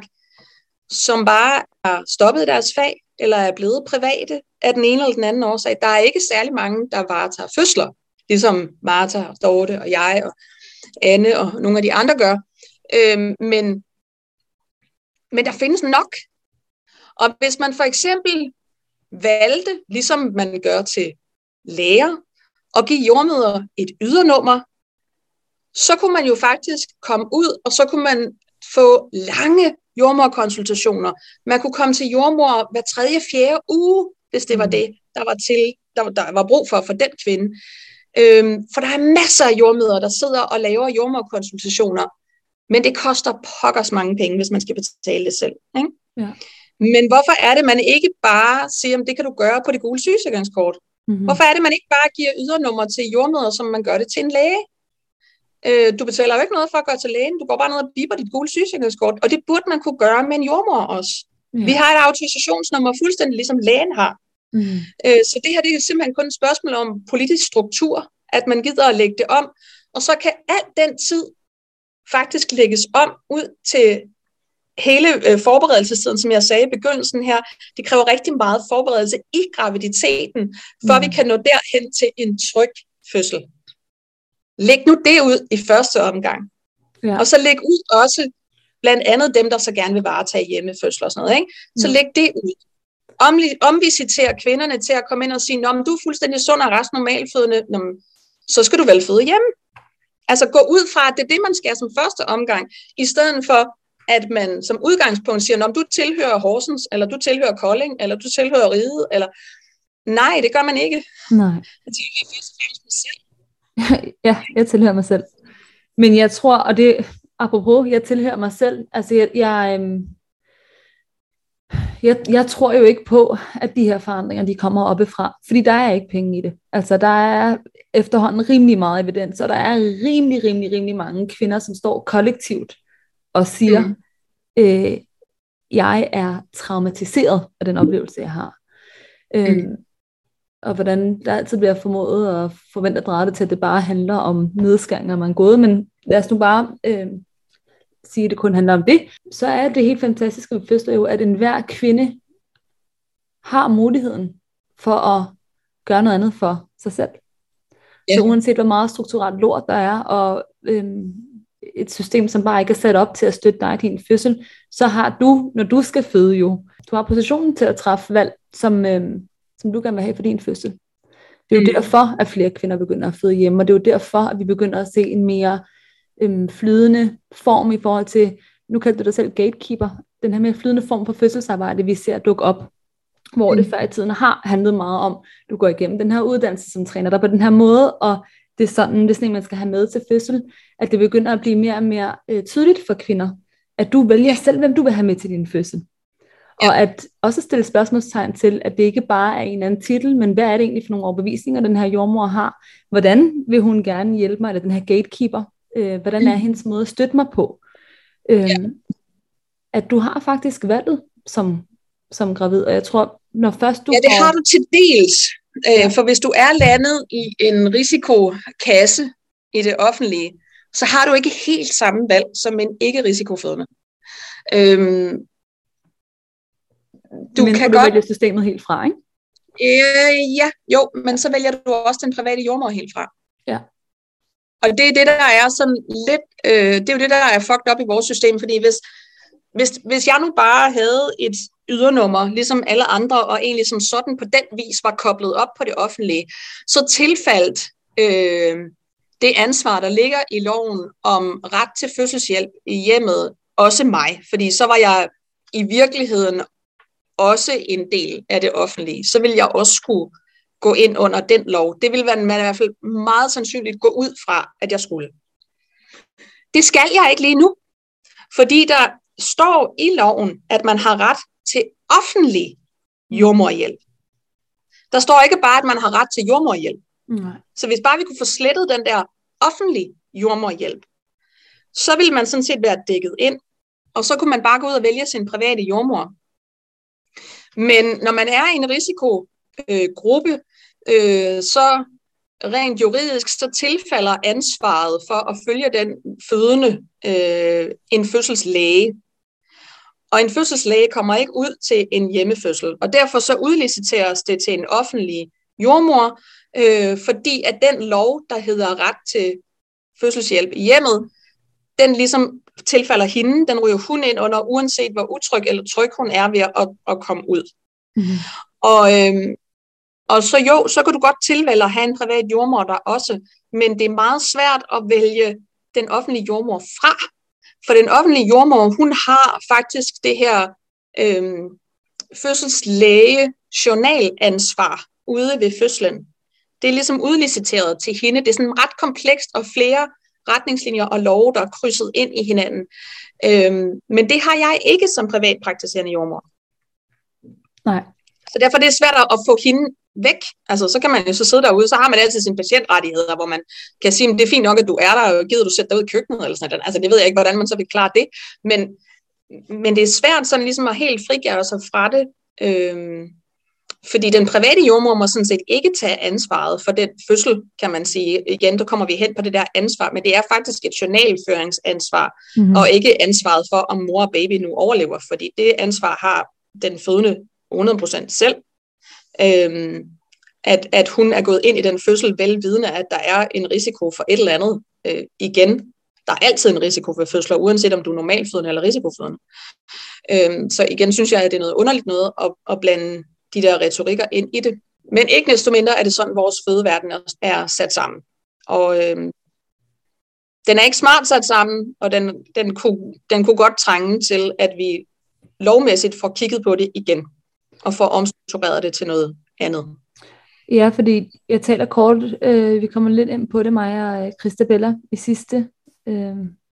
som bare har stoppet deres fag, eller er blevet private af den ene eller den anden årsag. Der er ikke særlig mange, der varetager fødsler, ligesom Martha og Dorte og jeg og Anne og nogle af de andre gør. Øhm, men, men der findes nok. Og hvis man for eksempel valgte, ligesom man gør til læger, at give jordmødre et ydernummer, så kunne man jo faktisk komme ud, og så kunne man få lange jordmorkonsultationer. Man kunne komme til jordmor hver tredje, fjerde uge, hvis det var det, der var, til, der, der var brug for for den kvinde. Øhm, for der er masser af jordmødre, der sidder og laver jordmorkonsultationer, men det koster pokkers mange penge, hvis man skal betale det selv. Ikke? Ja. Men hvorfor er det, man ikke bare siger, at det kan du gøre på det gule sygesikringskort? Mm-hmm. Hvorfor er det, man ikke bare giver ydernummer til jordmødre, som man gør det til en læge? Øh, du betaler jo ikke noget for at gå til lægen. Du går bare ned og biber dit gule sygesikringskort, og det burde man kunne gøre med en jordmor også. Ja. Vi har et autorisationsnummer fuldstændig ligesom lægen har. Mm. Øh, så det her det er simpelthen kun et spørgsmål om politisk struktur, at man gider at lægge det om, og så kan al den tid faktisk lægges om ud til hele øh, forberedelsestiden, som jeg sagde i begyndelsen her. Det kræver rigtig meget forberedelse i graviditeten, for mm. vi kan nå derhen til en tryg fødsel. Læg nu det ud i første omgang. Ja. Og så læg ud også blandt andet dem, der så gerne vil varetage hjemmefødsler og sådan noget. Ikke? Så mm. læg det ud. Om, omvisiter kvinderne til at komme ind og sige, nå, men du er fuldstændig sund og rask normalfødende, nå, så skal du vel føde hjemme. Altså gå ud fra, at det er det, man skal som første omgang, i stedet for, at man som udgangspunkt siger, nå, du tilhører Horsens, eller du tilhører Kolding, eller du tilhører Riget, eller nej, det gør man ikke. Nej. Jeg tilhører først og fremmest mig selv. Ja, jeg tilhører mig selv. Men jeg tror, og det apropos, jeg tilhører mig selv, altså jeg, jeg, øhm, jeg, jeg tror jo ikke på, at de her forandringer, de kommer oppefra, fordi der er ikke penge i det. Altså der er efterhånden rimelig meget evidens, og der er rimelig, rimelig, rimelig mange kvinder, som står kollektivt og siger, mm. øh, jeg er traumatiseret af den oplevelse, jeg har. Mm. Øhm, og hvordan der altid bliver formået at forvente at dreje det til, at det bare handler om nedskæringer, man er gået, men lad os nu bare øh, sige, at det kun handler om det, så er det helt fantastiske ved fødsler jo, at enhver kvinde har muligheden for at gøre noget andet for sig selv. Yeah. Så uanset hvor meget strukturelt lort der er, og øh, et system, som bare ikke er sat op til at støtte dig i din fødsel, så har du, når du skal føde jo, du har positionen til at træffe valg, som, øh, som du gerne vil have for din fødsel. Det er jo mm. derfor, at flere kvinder begynder at føde hjemme, og det er jo derfor, at vi begynder at se en mere øhm, flydende form i forhold til, nu kalder du dig selv gatekeeper, den her mere flydende form for fødselsarbejde, vi ser dukke op, hvor mm. det før i tiden har handlet meget om, du går igennem den her uddannelse, som træner dig på den her måde, og det er sådan, det er sådan, man skal have med til fødsel, at det begynder at blive mere og mere øh, tydeligt for kvinder, at du vælger selv, hvem du vil have med til din fødsel. Ja. Og at også stille spørgsmålstegn til, at det ikke bare er en eller anden titel, men hvad er det egentlig for nogle overbevisninger, den her jordmor har? Hvordan vil hun gerne hjælpe mig, eller den her gatekeeper? Øh, hvordan er hendes måde at støtte mig på? Øh, ja. At du har faktisk valget som, som gravid, og jeg tror, når først du... Ja, det får... har du til dels. Øh, for hvis du er landet i en risikokasse i det offentlige, så har du ikke helt samme valg som en ikke-risikofødende. Øh, Du men kan du godt vælge systemet helt fra, ikke? Øh, ja, jo, men så vælger du også den private jordmor helt fra. Ja. Og det er det, der er sådan lidt, øh, det er jo det, der er fucked up i vores system, fordi hvis, hvis, hvis jeg nu bare havde et ydernummer, ligesom alle andre, og egentlig som sådan på den vis var koblet op på det offentlige, så tilfaldt øh, det ansvar, der ligger i loven om ret til fødselshjælp i hjemmet, også mig, fordi så var jeg i virkeligheden også en del af det offentlige, så vil jeg også skulle gå ind under den lov. Det vil man i hvert fald meget sandsynligt gå ud fra, at jeg skulle. Det skal jeg ikke lige nu, fordi der står i loven, at man har ret til offentlig jordmorhjælp. Der står ikke bare, at man har ret til jordmorhjælp. Nej. Så hvis bare vi kunne få slettet den der offentlig jordmorhjælp, så ville man sådan set være dækket ind, og så kunne man bare gå ud og vælge sin private jordmor. Men når man er i en risikogruppe, øh, så rent juridisk, så tilfalder ansvaret for at følge den fødende øh, en fødselslæge. Og en fødselslæge kommer ikke ud til en hjemmefødsel, og derfor så udliciteres det til en offentlig jordmor, øh, fordi at den lov, der hedder ret til fødselshjælp i hjemmet, den ligesom tilfalder hende, den ryger hun ind under, uanset hvor utryg eller tryg hun er ved at, at komme ud. Mm-hmm. Og, øhm, og så jo, så kan du godt tilvælge at have en privat jordmor der også, men det er meget svært at vælge den offentlige jordmor fra, for den offentlige jordmor, hun har faktisk det her øhm, fødselslæge journalansvar ude ved fødslen. Det er ligesom udliciteret til hende. Det er sådan ret komplekst og flere retningslinjer og love, der er krydset ind i hinanden. Øhm, men det har jeg ikke som privatpraktiserende jordmor. Nej. Så derfor det er svært at få hende væk. Altså, så kan man jo så sidde derude, så har man altid sine patientrettigheder, hvor man kan sige, at det er fint nok, at du er der, og gider du sætte dig ud i køkkenet, eller sådan noget. Altså, det ved jeg ikke, hvordan man så vil klare det. Men, men det er svært sådan ligesom at helt frigøre sig fra det. Øhm, Fordi den private jordmor må sådan set ikke tage ansvaret for den fødsel, kan man sige. Igen, der kommer vi hen på det der ansvar, men det er faktisk et journalføringsansvar, mm-hmm. og ikke ansvaret for, om mor og baby nu overlever, fordi det ansvar har den fødende hundrede procent selv. Øhm, at, at hun er gået ind i den fødsel velvidende, at der er en risiko for et eller andet. Øh, igen, der er altid en risiko for fødsler, uanset om du er normalfødende eller risikofødende. Øhm, så igen synes jeg, at det er noget underligt noget at, at blande de der retorikker ind i det. Men ikke næste mindre er det sådan, vores fødeverden er sat sammen. Og øhm, den er ikke smart sat sammen, og den, den, kunne, den kunne godt trænge til, at vi lovmæssigt får kigget på det igen, og får omstruktureret det til noget andet. Ja, fordi jeg taler kort, øh, vi kommer lidt ind på det, mig og Christabella, i sidste, øh,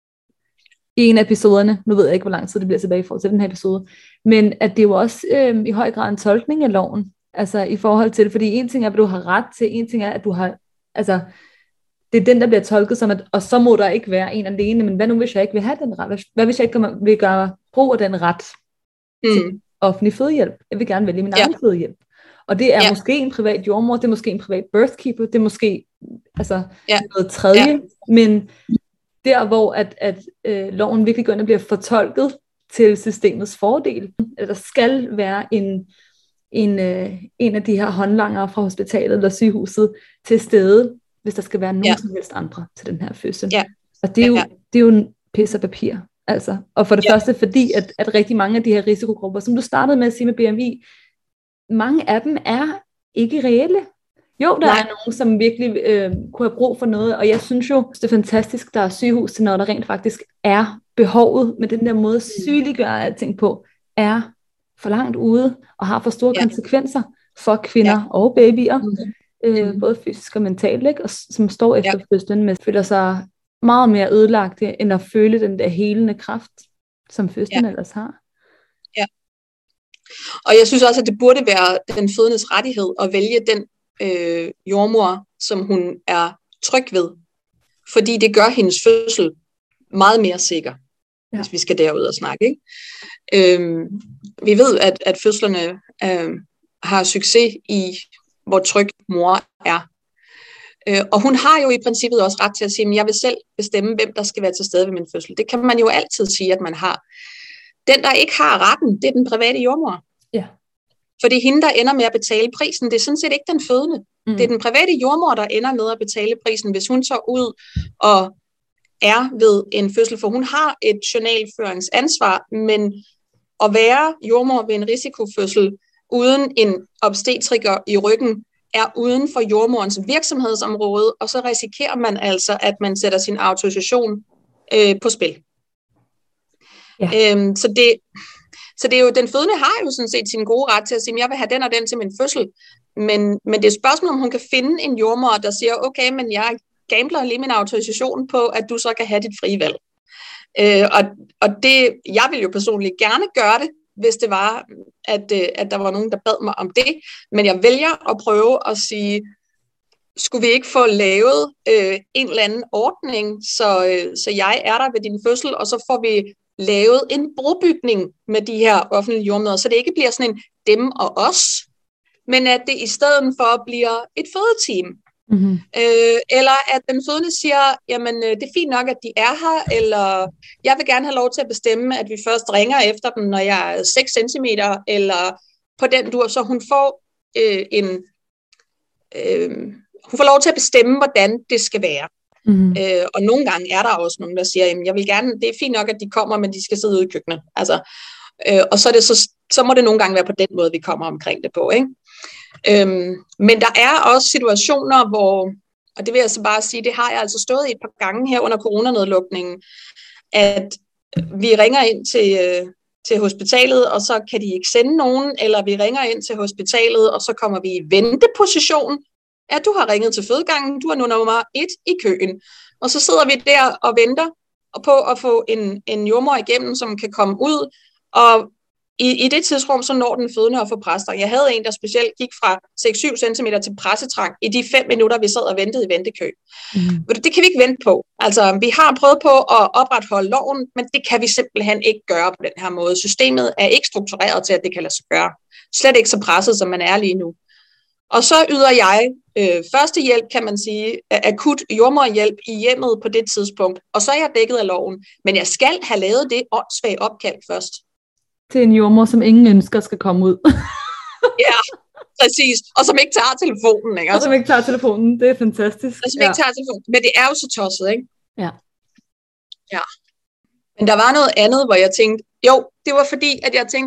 i en af episoderne. Nu ved jeg ikke, hvor lang tid det bliver tilbage i forhold til den her episode. Men at det er jo også øh, i høj grad en tolkning af loven. Altså i forhold til, fordi en ting er, at du har ret til, en ting er, at du har, altså det er den, der bliver tolket som, at og så må der ikke være en alene, men hvad nu hvis jeg ikke vil have den ret? Hvad hvis jeg ikke vil gøre brug af den ret mm. til offentlig fødehjælp? Jeg vil gerne vælge min ja. egen fødehjælp. Og det er ja. måske en privat jordmor, det er måske en privat birthkeeper, det er måske altså ja. noget tredje, ja. men der hvor at, at øh, loven virkelig går ind og bliver fortolket til systemets fordel, at der skal være en, en, øh, en af de her håndlangere fra hospitalet eller sygehuset til stede, hvis der skal være nogen ja. som helst andre til den her fødsel. Ja. Og det er jo, ja. det er jo en pisse af papir. Altså. Og for det ja. første fordi, at, at rigtig mange af de her risikogrupper, som du startede med at sige med B M I, mange af dem er ikke reelle. Jo, der Nej. er nogen, som virkelig øh, kunne have brug for noget, og jeg synes jo, det er fantastisk, der er sygehus til, når der rent faktisk er behovet, med den der måde at sygeliggøre alting på, er for langt ude, og har for store ja. konsekvenser for kvinder ja. og babyer, øh, både fysisk og mentalt, ikke? Og som står efter ja. fødslen, men føler sig meget mere ødelagt, end at føle den der helende kraft, som fødslen ja. ellers har. Ja. Og jeg synes også, at det burde være den fødendes rettighed at vælge den øh, jordmor, som hun er tryg ved. Fordi det gør hendes fødsel meget mere sikker, ja. hvis vi skal derud og snakke. Ikke? Øhm, vi ved, at, at fødslerne øh, har succes i, hvor tryg mor er. Øh, og hun har jo i princippet også ret til at sige, at jeg vil selv bestemme, hvem der skal være til stede ved min fødsel. Det kan man jo altid sige, at man har. Den, der ikke har retten, det er den private jordmor. Ja. For det er hende, der ender med at betale prisen. Det er sådan set ikke den fødende. Mm. Det er den private jordmor, der ender med at betale prisen, hvis hun så ud og er ved en fødsel. For hun har et journalføringsansvar, men at være jordmor ved en risikofødsel uden en obstetriker i ryggen, er uden for jordmorens virksomhedsområde, og så risikerer man altså, at man sætter sin autorisation øh, på spil. Ja. Øhm, så, det, så det er jo, den fødende har jo sådan set sin gode ret til at sige, jeg vil have den og den til min fødsel, men, men det er et spørgsmål, om hun kan finde en jordmor, der siger, okay, men jeg gambler lige min autorisation på, at du så kan have dit frie valg. Øh, og, og det, jeg vil jo personligt gerne gøre det, hvis det var, at, at der var nogen, der bad mig om det, men jeg vælger at prøve at sige, skulle vi ikke få lavet øh, en eller anden ordning, så, øh, så jeg er der ved din fødsel, og så får vi lavet en brobygning med de her offentlige jordmødre, så det ikke bliver sådan en dem og os, men at det i stedet for bliver et fødeteam. Mm-hmm. Øh, eller at den fødende siger, jamen det er fint nok, at de er her, eller jeg vil gerne have lov til at bestemme, at vi først ringer efter dem, når jeg er seks centimeter, eller på den dur, så hun får øh, en øh, hun får lov til at bestemme, hvordan det skal være. Mm-hmm. Øh, og nogle gange er der også nogen, der siger, jamen jeg vil gerne, det er fint nok, at de kommer, men de skal sidde ude i køkkenet. Altså, øh, og så, er det så, så må det nogle gange være på den måde, vi kommer omkring det på, ikke? Øhm, men der er også situationer, hvor, og det vil jeg så bare sige, det har jeg altså stået i et par gange her under coronanedlukningen, at vi ringer ind til, øh, til hospitalet, og så kan de ikke sende nogen, eller vi ringer ind til hospitalet, og så kommer vi i venteposition. Ja, du har ringet til fødegangen, du er nu nummer et i køen. Og så sidder vi der og venter på at få en, en jordmor igennem, som kan komme ud, og I, I det tidsrum, så når den fødende at få præster. Jeg havde en, der specielt gik fra seks til syv centimeter til pressetrang i de fem minutter, vi sad og ventede i ventekø. Mm. Det kan vi ikke vente på. Altså, vi har prøvet på at opretholde loven, men det kan vi simpelthen ikke gøre på den her måde. Systemet er ikke struktureret til, at det kan lade sig gøre. Slet ikke så presset, som man er lige nu. Og så yder jeg øh, førstehjælp, kan man sige, akut jordmorhjælp i hjemmet på det tidspunkt. Og så er jeg dækket af loven. Men jeg skal have lavet det åndssvagt opkald først. Til en jordmor, som ingen ønsker skal komme ud. Ja, præcis. Og som ikke tager telefonen, ikke? Og som ikke tager telefonen, det er fantastisk. Og som ikke tager telefonen. Men det er jo så tosset, ikke? Ja. Ja. Men der var noget andet, hvor jeg tænkte, jo, det var fordi, at jeg tænkte,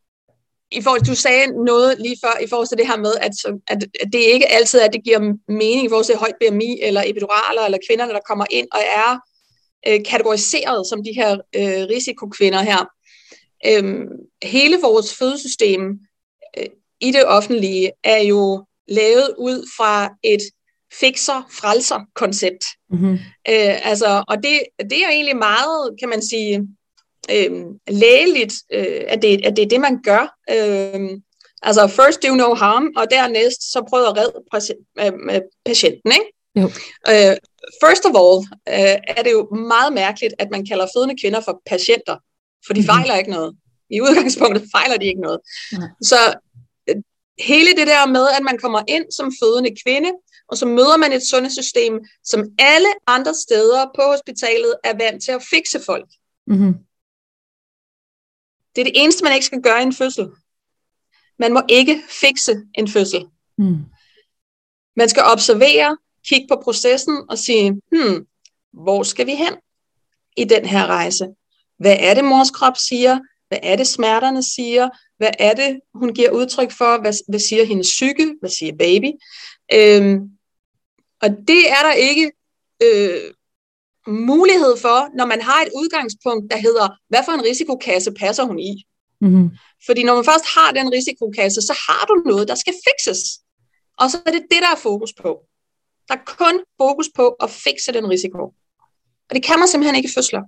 i forhold, du sagde noget lige før, i forhold til det her med, at, at det ikke altid er, at det giver mening i forhold til højt B M I, eller epiduraler, eller kvinderne, der kommer ind og er øh, kategoriseret som de her øh, risikokvinder her. Øhm, hele vores fødesystem øh, i det offentlige er jo lavet ud fra et fikser-frelser-koncept. Mm-hmm. Øh, altså, og det, det er jo egentlig meget, kan man sige, øh, lægeligt, øh, at, det, at det er det, man gør. Øh, altså, first do no harm, og dernæst så prøv at redde øh, patienten, ikke? Jo. Øh, first of all øh, er det jo meget mærkeligt, at man kalder fødende kvinder for patienter. For de fejler ikke noget. I udgangspunktet fejler de ikke noget. Nej. Så øh, hele det der med, at man kommer ind som fødende kvinde, og så møder man et sundhedssystem, som alle andre steder på hospitalet er vant til at fikse folk. Mm-hmm. Det er det eneste, man ikke skal gøre i en fødsel. Man må ikke fikse en fødsel. Mm. Man skal observere, kigge på processen og sige, hmm, hvor skal vi hen i den her rejse? Hvad er det, mors krop siger? Hvad er det, smerterne siger? Hvad er det, hun giver udtryk for? Hvad, hvad siger hendes psyke? Hvad siger baby? Øhm, og det er der ikke øh, mulighed for, når man har et udgangspunkt, der hedder, hvad for en risikokasse passer hun i? Mm-hmm. Fordi når man først har den risikokasse, så har du noget, der skal fikses. Og så er det det, der er fokus på. Der er kun fokus på at fikse den risiko. Og det kan man simpelthen ikke i fødsler.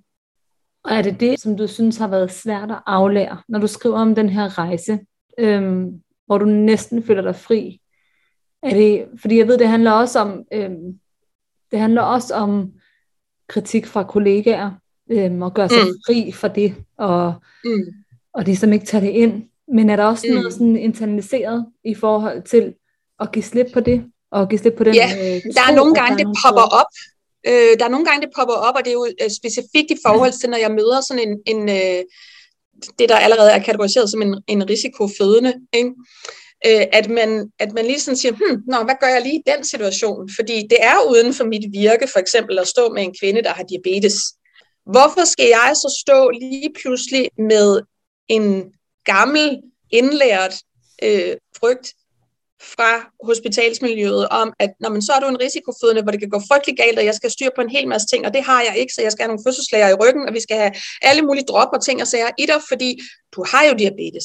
Og er det det, som du synes har været svært at aflære, når du skriver om den her rejse, øhm, hvor du næsten føler dig fri? Er det, fordi jeg ved, det handler også om, øhm, det handler også om kritik fra kollegaer, øhm, og gøre sig mm. fri for det, og, mm. og de som ikke tager det ind. Men er der også mm. noget sådan internaliseret i forhold til at give slip på det, og give slip på den? Ja, øh, der er nogle gange, det popper op. Øh, der er nogle gange, det popper op, og det er jo øh, specifikt i forhold til, når jeg møder sådan en, en øh, det, der allerede er kategoriseret som en, en risikofødende, ikke? Øh, at, man, at man lige sådan siger, hm, nå, hvad gør jeg lige i den situation? Fordi det er uden for mit virke, for eksempel at stå med en kvinde, der har diabetes. Hvorfor skal jeg så stå lige pludselig med en gammel, indlært øh, frygt fra hospitalsmiljøet om, at når man så er du en risikofødende, hvor det kan gå frygtelig galt, og jeg skal styre på en hel masse ting, og det har jeg ikke, så jeg skal have nogle fødselslæger i ryggen, og vi skal have alle mulige drop og ting og sager i dig, fordi du har jo diabetes.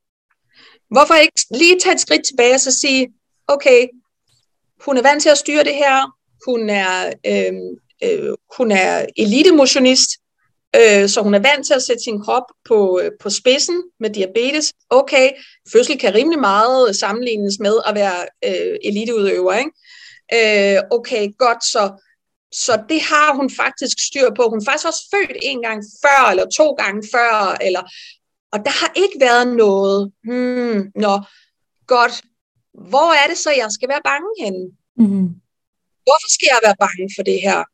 Hvorfor ikke lige tage et skridt tilbage og så sige, okay, hun er vant til at styre det her, hun er, øh, øh, hun er elitemotionist, øh, så hun er vant til at sætte sin krop på, øh, på spidsen med diabetes. Okay, fødsel kan rimelig meget sammenlignes med at være øh, eliteudøver, ikke? Øh, okay, godt, så, så det har hun faktisk styr på. Hun er faktisk også født en gang før, eller to gange før, eller, og der har ikke været noget. Hmm, nå, godt. Hvor er det så, jeg skal være bange henne? Mm-hmm. Hvorfor skal jeg være bange for det her?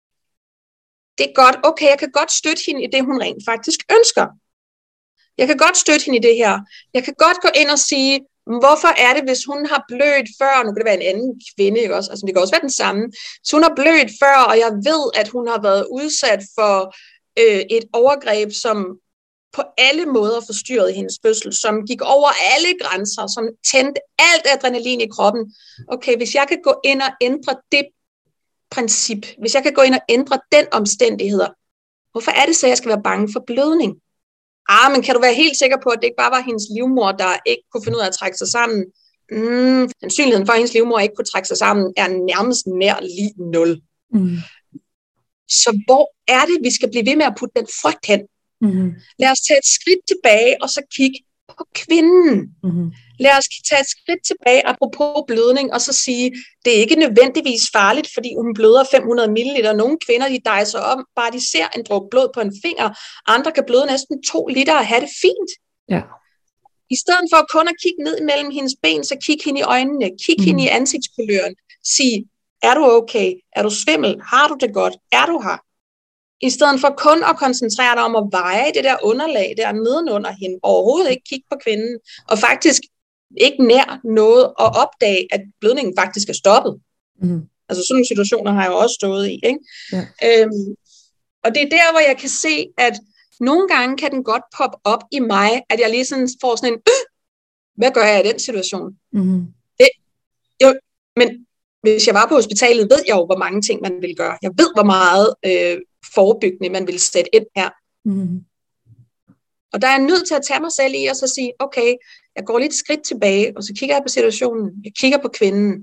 Det er godt, okay, jeg kan godt støtte hende i det, hun rent faktisk ønsker. Jeg kan godt støtte hende i det her. Jeg kan godt gå ind og sige, hvorfor er det, hvis hun har blødt før, nu kan det være en anden kvinde, ikke også? Altså, det kan også være den samme. Så hun har blødt før, og jeg ved, at hun har været udsat for øh, et overgreb, som på alle måder forstyrrede hendes fødsel, som gik over alle grænser, som tændte alt adrenalin i kroppen. Okay, hvis jeg kan gå ind og ændre det princip, hvis jeg kan gå ind og ændre den omstændigheder, hvorfor er det så, at jeg skal være bange for blødning? Ah, men kan du være helt sikker på, at det ikke bare var hendes livmor, der ikke kunne finde ud af at trække sig sammen? Mm, sandsynligheden for, at hendes livmor ikke kunne trække sig sammen, er nærmest nær lige nul. Mm. Så hvor er det, vi skal blive ved med at putte den frygt hen? Mm-hmm. Lad os tage et skridt tilbage, og så kigge på kvinden. Mm-hmm. Lad os tage et skridt tilbage, apropos blødning, og så sige, det er ikke nødvendigvis farligt, fordi hun bløder fem hundrede milliliter. Nogle kvinder, de dejser om, bare de ser en dråbe blod på en finger. Andre kan bløde næsten to liter og have det fint. Ja. I stedet for kun at kigge ned mellem hendes ben, så kig hende i øjnene, kig mm. hende i ansigtskuløren. Sig, er du okay? Er du svimmel? Har du det godt? Er du her? I stedet for kun at koncentrere dig om at veje det der underlag der nedenunder hende, overhovedet ikke kigge på kvinden, og faktisk ikke nær noget at opdage, at blødningen faktisk er stoppet. Mm. Altså sådan nogle situationer har jeg jo også stået i. Ikke? Ja. Øhm, og det er der, hvor jeg kan se, at nogle gange kan den godt poppe op i mig, at jeg lige sådan får sådan en, øh, hvad gør jeg i den situation? Mm. Det, jo, men hvis jeg var på hospitalet, ved jeg jo, hvor mange ting man vil gøre. Jeg ved, hvor meget øh, forebyggende man vil sætte ind her. Mm. Og der er jeg nødt til at tage mig selv i, og så sige, okay, jeg går lidt skridt tilbage, og så kigger jeg på situationen, jeg kigger på kvinden,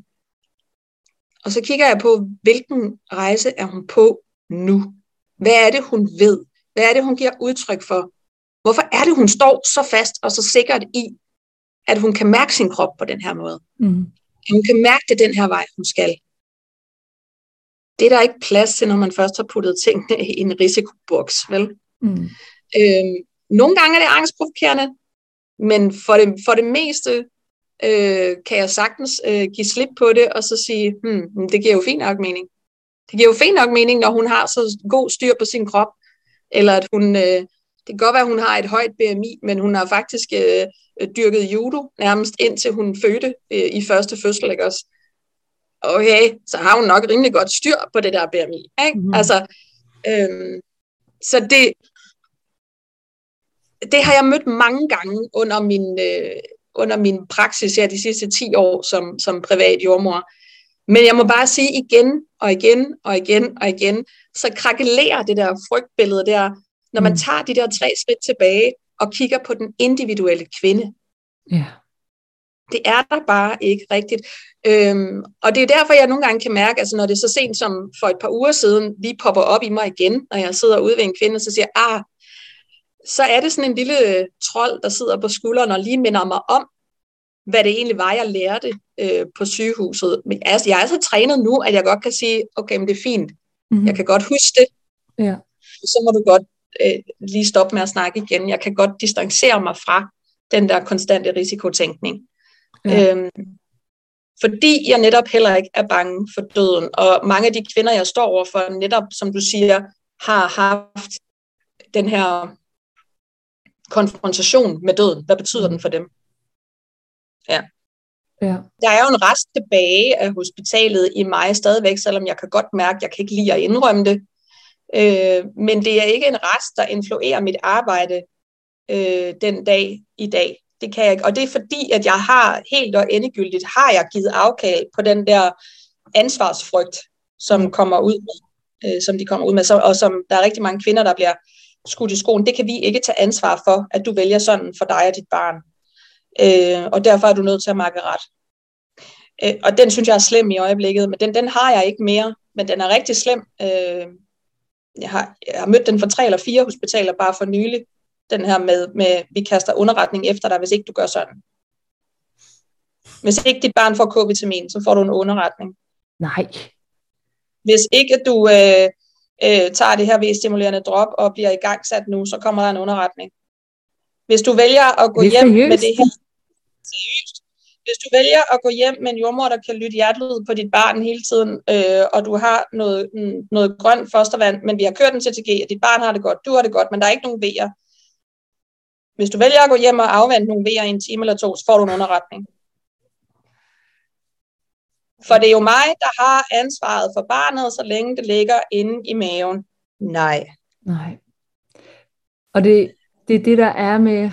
og så kigger jeg på, hvilken rejse er hun på nu? Hvad er det, hun ved? Hvad er det, hun giver udtryk for? Hvorfor er det, hun står så fast og så sikkert i, at hun kan mærke sin krop på den her måde? Mm. Hun kan mærke det den her vej, hun skal. Det er der ikke plads til, når man først har puttet tingene i en risikoboks, vel? Mm. Øhm, nogle gange er det angstprovokerende, men for det, for det meste øh, kan jeg sagtens øh, give slip på det, og så sige, hmm, det giver jo fint nok mening. Det giver jo fint nok mening, når hun har så god styr på sin krop, eller at hun, øh, det kan godt være, at hun har et højt B M I, men hun har faktisk øh, dyrket judo, nærmest indtil hun fødte øh, i første fødsel, ikke også? Okay, så har hun nok rimelig godt styr på det der B M I, ikke? Mm-hmm. Altså, øh, så det, det har jeg mødt mange gange under min, øh, under min praksis her de sidste ti år som, som privat jordmor. Men jeg må bare sige igen og igen og igen og igen, så krakelerer det der frygtbillede der, når man tager de der tre skridt tilbage og kigger på den individuelle kvinde. Ja. Det er der bare ikke rigtigt. Øhm, og det er derfor, jeg nogle gange kan mærke, altså når det er så sent som for et par uger siden, lige popper op i mig igen, når jeg sidder ude ved en kvinde, og så siger ah, så er det sådan en lille trold, der sidder på skulderen og lige minder mig om, hvad det egentlig var, jeg lærte øh, på sygehuset. Men altså, jeg er så trænet nu, at jeg godt kan sige, okay, men det er fint. Mm-hmm. Jeg kan godt huske det. Ja. Så må du godt øh, lige stoppe med at snakke igen. Jeg kan godt distancere mig fra den der konstante risikotænkning. Ja. Øhm, fordi jeg netop heller ikke er bange for døden. Og mange af de kvinder, jeg står overfor, netop som du siger, har haft den her konfrontation med døden. Hvad betyder den for dem? Ja. Ja. Der er jo en rest tilbage af hospitalet i mig stadigvæk, selvom jeg kan godt mærke, at jeg kan ikke lide at indrømme det. Øh, men det er ikke en rest, der influerer mit arbejde øh, den dag i dag. Det kan jeg ikke. Og det er fordi, at jeg har helt og endegyldigt, har jeg givet afkald på den der ansvarsfrygt, som kommer ud med, øh, som de kommer ud med, så, og som der er rigtig mange kvinder, der bliver skudt i skoen. Det kan vi ikke tage ansvar for, at du vælger sådan for dig og dit barn. Øh, og derfor er du nødt til at makke ret. Øh, og den synes jeg er slem i øjeblikket, men den, den har jeg ikke mere, men den er rigtig slem. Øh, jeg, har, jeg har mødt den for tre eller fire hospitaler bare for nylig, den her med, med vi kaster underretning efter dig, hvis ikke du gør sådan. Hvis ikke dit barn får K-vitamin, så får du en underretning. Nej. Hvis ikke at du øh, øh, tager det her V-stimulerende drop og bliver i gang sat nu, så kommer der en underretning. Hvis du vælger at gå det hjem seriøst? med det her, seriøst, hvis du vælger at gå hjem med en jordmor, der kan lytte hjertelyd på dit barn hele tiden, øh, og du har noget, noget grønt fostervand, men vi har kørt den til T G, og dit barn har det godt, du har det godt, men der er ikke nogen V'er. Hvis du vælger at gå hjem og afvente nogle V'er i en time eller to, så får du en underretning. For det er jo mig, der har ansvaret for barnet, så længe det ligger inde i maven. Nej. Nej. Og det, det er det, der er med...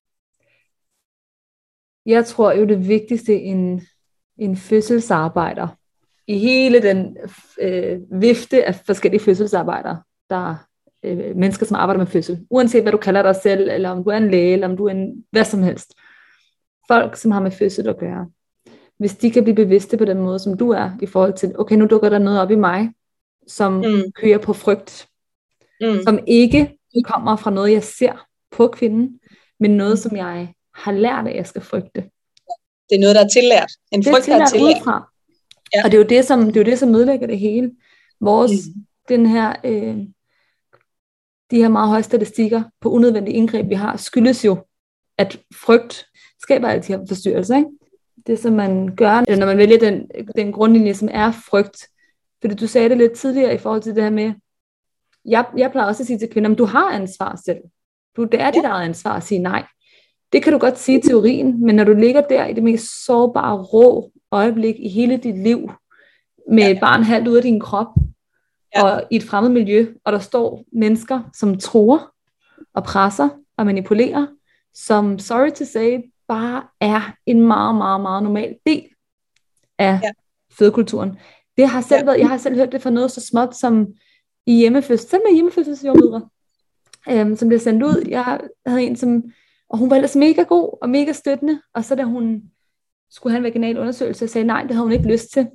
Jeg tror jo, det vigtigste en, en fødselsarbejder, i hele den øh, vifte af forskellige fødselsarbejdere, der er øh, mennesker, som arbejder med fødsel, uanset hvad du kalder dig selv, eller om du er en læge, eller om du er en hvad som helst. Folk, som har med fødsel at gøre. Hvis de kan blive bevidste på den måde, som du er, i forhold til, okay, nu dukker der noget op i mig, som mm. kører på frygt, mm. som ikke kommer fra noget, jeg ser på kvinden, men noget, mm. som jeg har lært, at jeg skal frygte. Det er noget, der er tillært. En frygt, det er tillært, der er tillært. Udefra. Ja. Og det er jo det, som, det er jo det, som ødelægger det hele. Vores, mm. den her, øh, de her meget høje statistikker på unødvendige indgreb, vi har, skyldes jo, at frygt skaber alle de her forstyrrelser, ikke? Det, som man gør, når man vælger den, den grundlinje, som er frygt. Fordi du sagde det lidt tidligere i forhold til det her med, jeg, jeg plejer også at sige til kvinder, du har ansvar selv. Du, det er ja. dit eget ansvar at sige nej. Det kan du godt sige i teorien, men når du ligger der i det mest sårbare, rå øjeblik i hele dit liv, med ja. et barn halvt ud af din krop, ja. og i et fremmed miljø, og der står mennesker, som truer, og presser, og manipulerer, som, sorry to say, bare er en meget, meget, meget normal del af ja. fødekulturen. Det har selv været, jeg har selv hørt det fra noget så småt som i hjemmefødsel, selv med hjemmefødselsjordmødre, øhm, som blev sendt ud. Jeg havde en, som, og hun var ellers mega god og mega støttende, og så da hun skulle have en vaginal undersøgelse, sagde nej, det havde hun ikke lyst til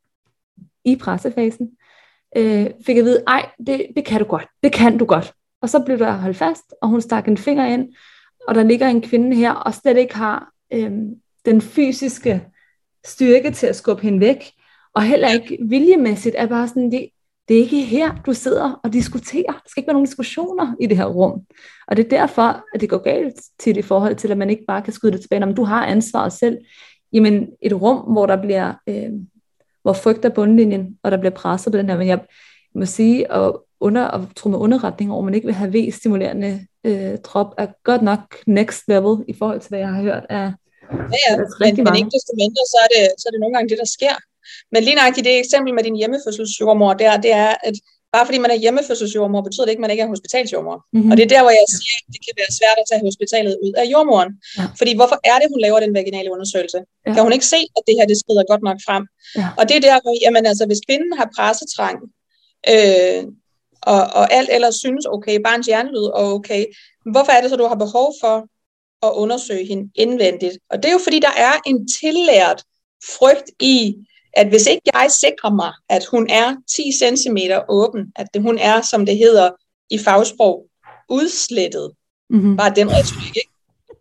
i pressefasen, øh, fik jeg at vide, ej, det, det kan du godt, det kan du godt. Og så blev der holdt fast, og hun stak en finger ind, og der ligger en kvinde her, og slet ikke har øh, den fysiske styrke til at skubbe hende væk, og heller ikke viljemæssigt er bare sådan, det, det er ikke her, du sidder og diskuterer. Der skal ikke være nogen diskussioner i det her rum. Og det er derfor, at det går galt til i forhold til, at man ikke bare kan skyde det tilbage, når du har ansvaret selv. Jamen et rum, hvor der bliver, øh, hvor frygt er bundlinjen, og der bliver presset på den her, men jeg må sige, og under, og tro med underretning over, man ikke vil have V-stimulerende øh, drop, er godt nok next level, i forhold til, hvad jeg har hørt af ja, ja. Men, men ikke desto mindre, så er, det, så er det nogle gange det, der sker. Men lige nøjagtigt det eksempel med din hjemmefødselsjordmor, det er, det er, at bare fordi man er hjemmefødselsjordmor, betyder det ikke, at man ikke er hospitalsjordmor. Mm-hmm. Og det er der, hvor jeg siger, at det kan være svært at tage hospitalet ud af jordmoren. Ja. Fordi hvorfor er det, hun laver den vaginale undersøgelse? Ja. Kan hun ikke se, at det her, det skrider godt nok frem? Ja. Og det er der, hvor, jamen altså, hvis kvinden har pressetrang, øh, og, og alt ellers synes okay, barns hjertelyd og okay, hvorfor er det så, du har behov for at undersøge hende indvendigt? Og det er jo fordi, der er en tillært frygt i, at hvis ikke jeg sikrer mig, at hun er ti centimeter åben, at det, hun er, som det hedder i fagsprog, udslettet, mm-hmm. bare den retorik, ikke?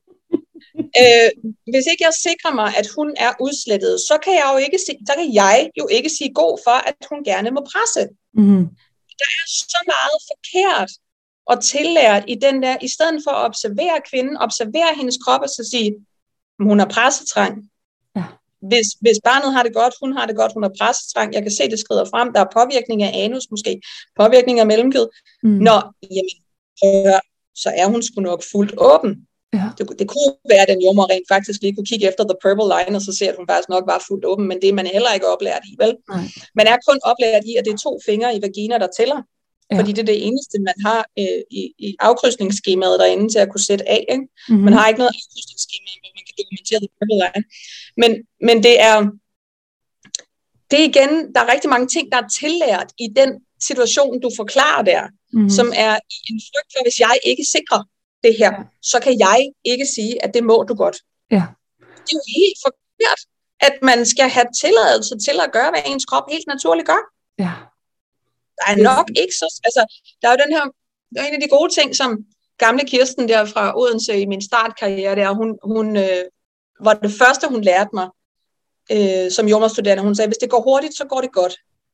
øh, hvis ikke jeg sikrer mig, at hun er udslettet, så kan jeg jo ikke, så kan jeg jo ikke sige god for, at hun gerne må presse. Mm-hmm. Der er så meget forkert og tillært i den der, i stedet for at observere kvinden, observere hendes krop og så sige, hun har pressetrang. Ja. Hvis, hvis barnet har det godt, hun har det godt, hun har pressetrang, jeg kan se, det skrider frem, der er påvirkning af anus måske, påvirkning af mellemkød. Mm. Nå, jamen, hør, så er hun sgu nok fuldt åben. Ja. Det, det kunne være, at den jordmor rent faktisk lige kunne kigge efter the purple line, og så se, at hun faktisk nok var fuldt åben, men det er man heller ikke oplært i, vel? Nej. Man er kun oplært i, at det er to fingre i vagina, der tæller, ja. Fordi det er det eneste, man har øh, i, i afkrydsningsskemaet derinde til at kunne sætte af, ikke? Mm-hmm. Man har ikke noget afkrydsningsskema, hvor man kan dokumentere the purple line. Men, men det er, det er igen, der er rigtig mange ting, der er tillært i den situation, du forklarer der, mm-hmm. som er en frygt for, hvis jeg ikke sikrer det her, ja. Så kan jeg ikke sige, at det må du godt. Ja. Det er jo helt forkert, at man skal have tilladelse til at gøre, hvad ens krop helt naturligt gør. Ja. Der er nok ikke så... Altså, der er jo den her... Der er en af de gode ting, som gamle Kirsten der fra Odense i min startkarriere, der, hun, hun øh, var det første, hun lærte mig, øh, som jordemoderstuderende. Hun sagde, hvis det går hurtigt, så går det godt.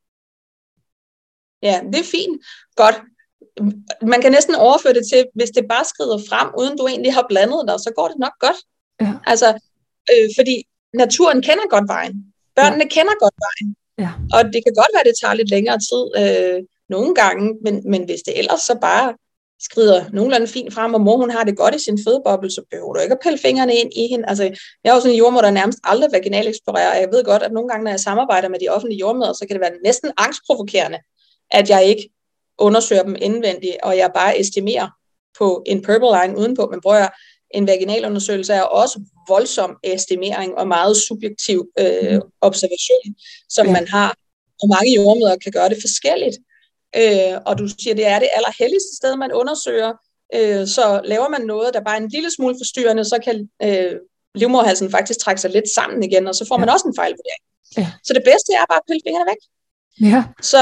Ja, det er fint. Godt. Man kan næsten overføre det til, hvis det bare skrider frem, uden du egentlig har blandet dig, så går det nok godt. Ja. Altså, øh, fordi naturen kender godt vejen. Børnene ja. kender godt vejen. Ja. Og det kan godt være, at det tager lidt længere tid øh, nogle gange, men, men hvis det ellers så bare skrider nogenlunde fint frem, og mor hun har det godt i sin fødeboble, så behøver du ikke at pille fingrene ind i hende. Altså, jeg er jo sådan en jordmor, der nærmest aldrig vaginal eksplorerer, og jeg ved godt, at nogle gange, når jeg samarbejder med de offentlige jordmødre, så kan det være næsten angstprovokerende, at jeg ikke undersøger dem indvendigt, og jeg bare estimerer på en purple line udenpå, men prøver en vaginalundersøgelse er også voldsom estimering og meget subjektiv øh, observation, som ja. man har, og mange jordmødre kan gøre det forskelligt. Øh, og du siger, det er det allerhelligste sted, man undersøger, øh, så laver man noget, der bare er en lille smule forstyrrende, så kan øh, livmoderhalsen faktisk trække sig lidt sammen igen, og så får man ja. også en fejlvurdering. Ja. Så det bedste er bare at pille fingrene væk. Ja. Så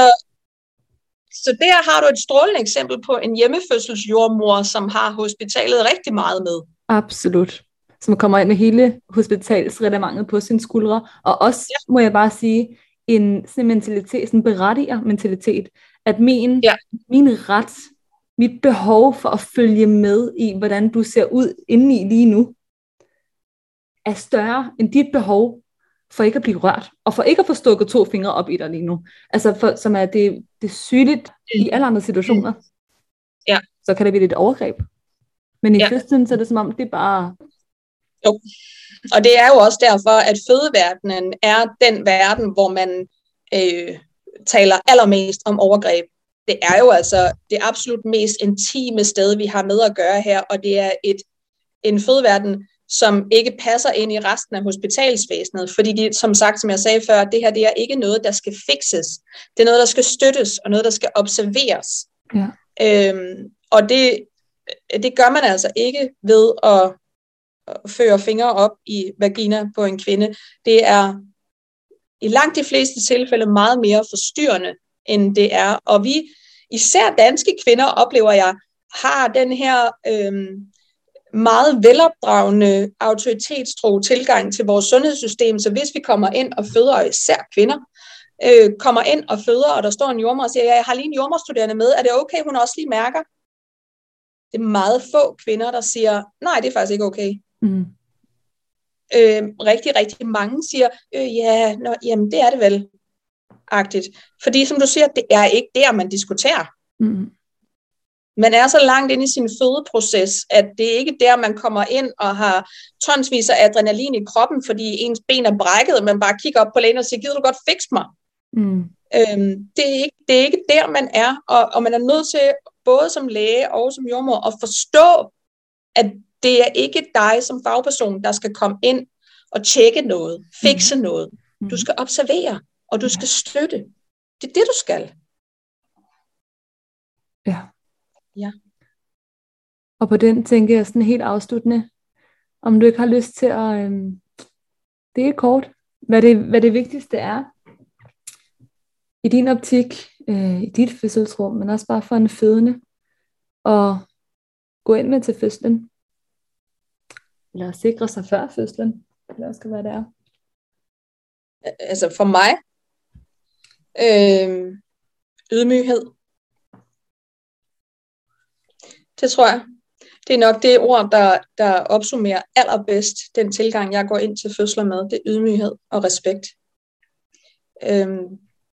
Så der har du et strålende eksempel på en hjemmefødselsjordmor, som har hospitalet rigtig meget med. Absolut. Som kommer ind med hele hospitalsreglementet på sine skuldre. Og også, ja. må jeg bare sige, en sådan mentalitet, sådan berettiger mentalitet, at min, ja. min ret, mit behov for at følge med i, hvordan du ser ud indeni lige nu, er større end dit behov for ikke at blive rørt, og for ikke at få stukket to fingre op i dig lige nu. Altså, for, som er det, det sygeligt i alle andre situationer. Ja. Så kan det blive et overgreb. Men i ja. fødslen, så er det som om, det er bare... Jo. Og det er jo også derfor, at fødeverdenen er den verden, hvor man øh, taler allermest om overgreb. Det er jo altså det absolut mest intime sted, vi har med at gøre her, og det er et, en fødeverden, som ikke passer ind i resten af hospitalsvæsenet, fordi de, som sagt, som jeg sagde før, det her det er ikke noget, der skal fikses. Det er noget, der skal støttes, og noget, der skal observeres. Ja. Øhm, og det, det gør man altså ikke ved at føre fingre op i vagina på en kvinde. Det er i langt de fleste tilfælde meget mere forstyrrende, end det er. Og vi, især danske kvinder, oplever jeg, har den her... Øhm, meget velopdragende autoritetstro tilgang til vores sundhedssystem, så hvis vi kommer ind og føder, og især kvinder, øh, kommer ind og føder, og der står en jordmor og siger, jeg har lige en jordmorstuderende med, er det okay, hun også lige mærker? Det er meget få kvinder, der siger, nej, det er faktisk ikke okay. Mm. Øh, rigtig, rigtig mange siger, øh, ja, nå, jamen det er det vel, agtigt. Fordi som du siger, det er ikke der, man diskuterer. Mm. Man er så langt inde i sin fødeproces, at det er ikke der, man kommer ind og har tonsvis af adrenalin i kroppen, fordi ens ben er brækket, man bare kigger op på lægen og siger, gider du godt fikse mig? Mm. Øhm, det, er ikke, det er ikke der, man er, og, og man er nødt til, både som læge og som jordmor, at forstå, at det er ikke dig som fagperson, der skal komme ind og tjekke noget, fikse mm. noget. Du skal observere, og du skal støtte. Det er det, du skal. Ja. Ja. Og på den tænker jeg sådan helt afsluttende, om du ikke har lyst til at øhm, det er kort, hvad det, hvad det vigtigste er i din optik, øh, i dit fødselsrum, men også bare for en fødende, og gå ind med til fødslen, eller sikre sig før fødslen, eller også skal være der. Altså for mig, øh, ydmyghed. Det tror jeg. Det er nok det ord, der, der opsummerer allerbedst den tilgang, jeg går ind til fødsler med. Det er ydmyghed og respekt. Øhm,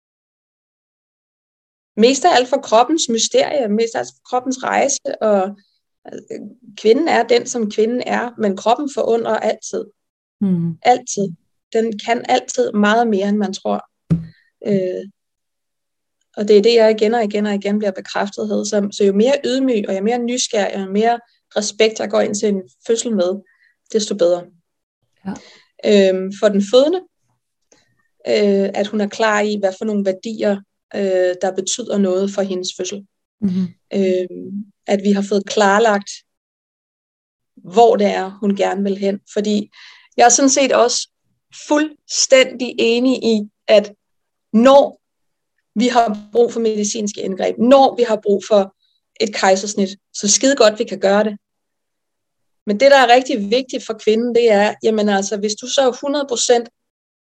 mest af alt for kroppens mysterie, mest af alt for kroppens rejse, og altså, kvinden er den, som kvinden er, men kroppen forundrer altid. Mm. Altid. Den kan altid meget mere, end man tror. Øh, Og det er det, jeg igen og igen og igen bliver bekræftet ved. Så, så jo mere ydmyg, og jo mere nysgerrig, og jo mere respekt, jeg går ind til en fødsel med, desto bedre. Ja. Øhm, for den fødende, øh, at hun er klar i, hvad for nogle værdier, øh, der betyder noget for hendes fødsel. Mm-hmm. Øhm, at vi har fået klarlagt, hvor det er, hun gerne vil hen. Fordi jeg er sådan set også fuldstændig enig i, at når vi har brug for medicinske indgreb, når vi har brug for et kejsersnit, så skide godt, vi kan gøre det. Men det, der er rigtig vigtigt for kvinden, det er, jamen altså, hvis du så hundrede procent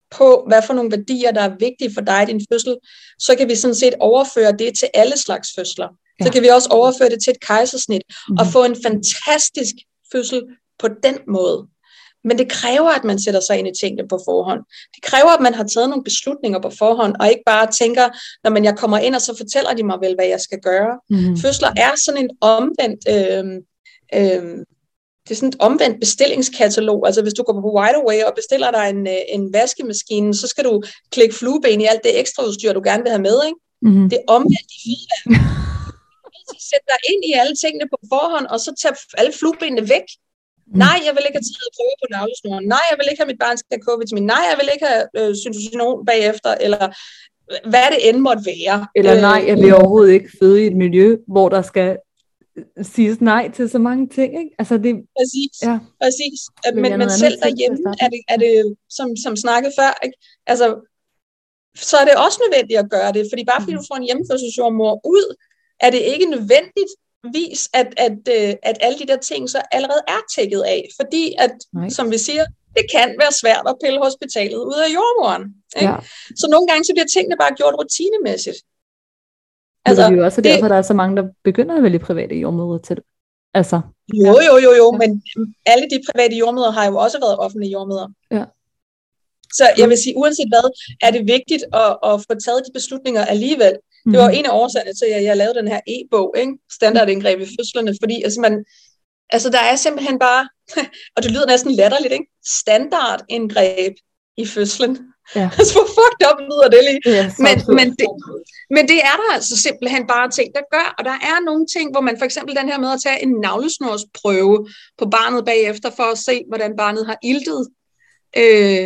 på, hvad for nogle værdier, der er vigtige for dig i din fødsel, så kan vi sådan set overføre det til alle slags fødsler. Ja. Så kan vi også overføre det til et kejsersnit, mm. og få en fantastisk fødsel på den måde. Men det kræver, at man sætter sig ind i tingene på forhånd. Det kræver, at man har taget nogle beslutninger på forhånd, og ikke bare tænker, når man jeg kommer ind, og så fortæller de mig vel, hvad jeg skal gøre. Mm. Fødsler er sådan en omvendt, øh, øh, det er sådan et omvendt bestillingskatalog. Altså hvis du går på WideAway og bestiller dig en, en vaskemaskine, så skal du klikke flueben i alt det ekstra udstyr, du gerne vil have med, ikke? Mm. Det er omvendt i fødsler. Sæt dig ind i alle tingene på forhånd, og så tage alle fluebenene væk. Mm. Nej, jeg vil ikke have taget prøve på navlesnoren. Nej, jeg vil ikke have mit barn skal have K-vitamin. Nej, jeg vil ikke have øh, syntocinon bagefter, eller hvad det end måtte være. Eller nej, jeg vil overhovedet ikke føde i et miljø, hvor der skal siges nej til så mange ting, ikke? Altså det, præcis, ja. præcis. Men, men selv derhjemme er det, er det som, som snakket før, ikke? Altså, så er det også nødvendigt at gøre det, fordi bare fordi du får en hjemmefødselsjordmor ud, er det ikke nødvendigt vis, at, at, at alle de der ting så allerede er tækket af. Fordi, at, som vi siger, det kan være svært at pille hospitalet ud af jordmoren. Ikke? Ja. Så nogle gange så bliver tingene bare gjort rutinemæssigt. Altså, det er jo også derfor, det, der er så mange, der begynder at vælge private jordmødre til det. Altså, jo, jo, jo, jo, ja. Men alle de private jordmødre har jo også været offentlige jordmødre. Ja. Så jeg vil sige, uanset hvad, er det vigtigt at, at få taget de beslutninger alligevel. Det var en af årsagerne til, at jeg lavede den her e-bog, ikke? Standardindgreb i fødslerne, fordi altså, man, altså, der er simpelthen bare, og det lyder næsten latterligt, ikke? Standardindgreb i fødslen. Ja. Altså, hvor fucked up lyder det lige. Ja, men, men, det, men det er der altså simpelthen bare ting, der gør, og der er nogle ting, hvor man for eksempel den her med at tage en navlesnorsprøve på barnet bagefter, for at se, hvordan barnet har iltet. Øh,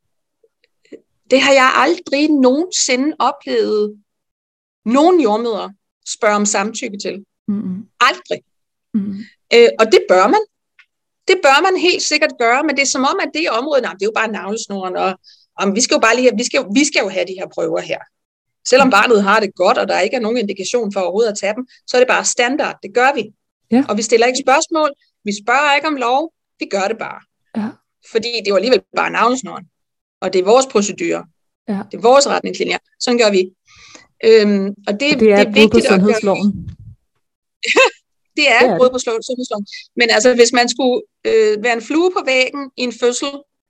det har jeg aldrig nogensinde oplevet nogen jordmødre spørger om samtykke til. Mm-hmm. Aldrig. Mm-hmm. Øh, og det bør man. Det bør man helt sikkert gøre, men det er som om, at det område, nej, det er jo bare navlesnoren, og, og vi skal jo bare lige, vi skal, vi skal jo have de her prøver her. Selvom barnet har det godt, og der ikke er nogen indikation for overhovedet at tage dem, så er det bare standard. Det gør vi. Ja. Og vi stiller ikke spørgsmål, vi spørger ikke om lov, vi gør det bare. Ja. Fordi det er jo alligevel bare navlesnoren. Og det er vores procedurer. Ja. Det er vores retningslinjer. Sådan gør vi. Øhm, og det, og det er, det er vigtigt at gøre. Det er et brud på sundhedsloven. Men altså, hvis man skulle øh, være en flue på væggen i en fødsel,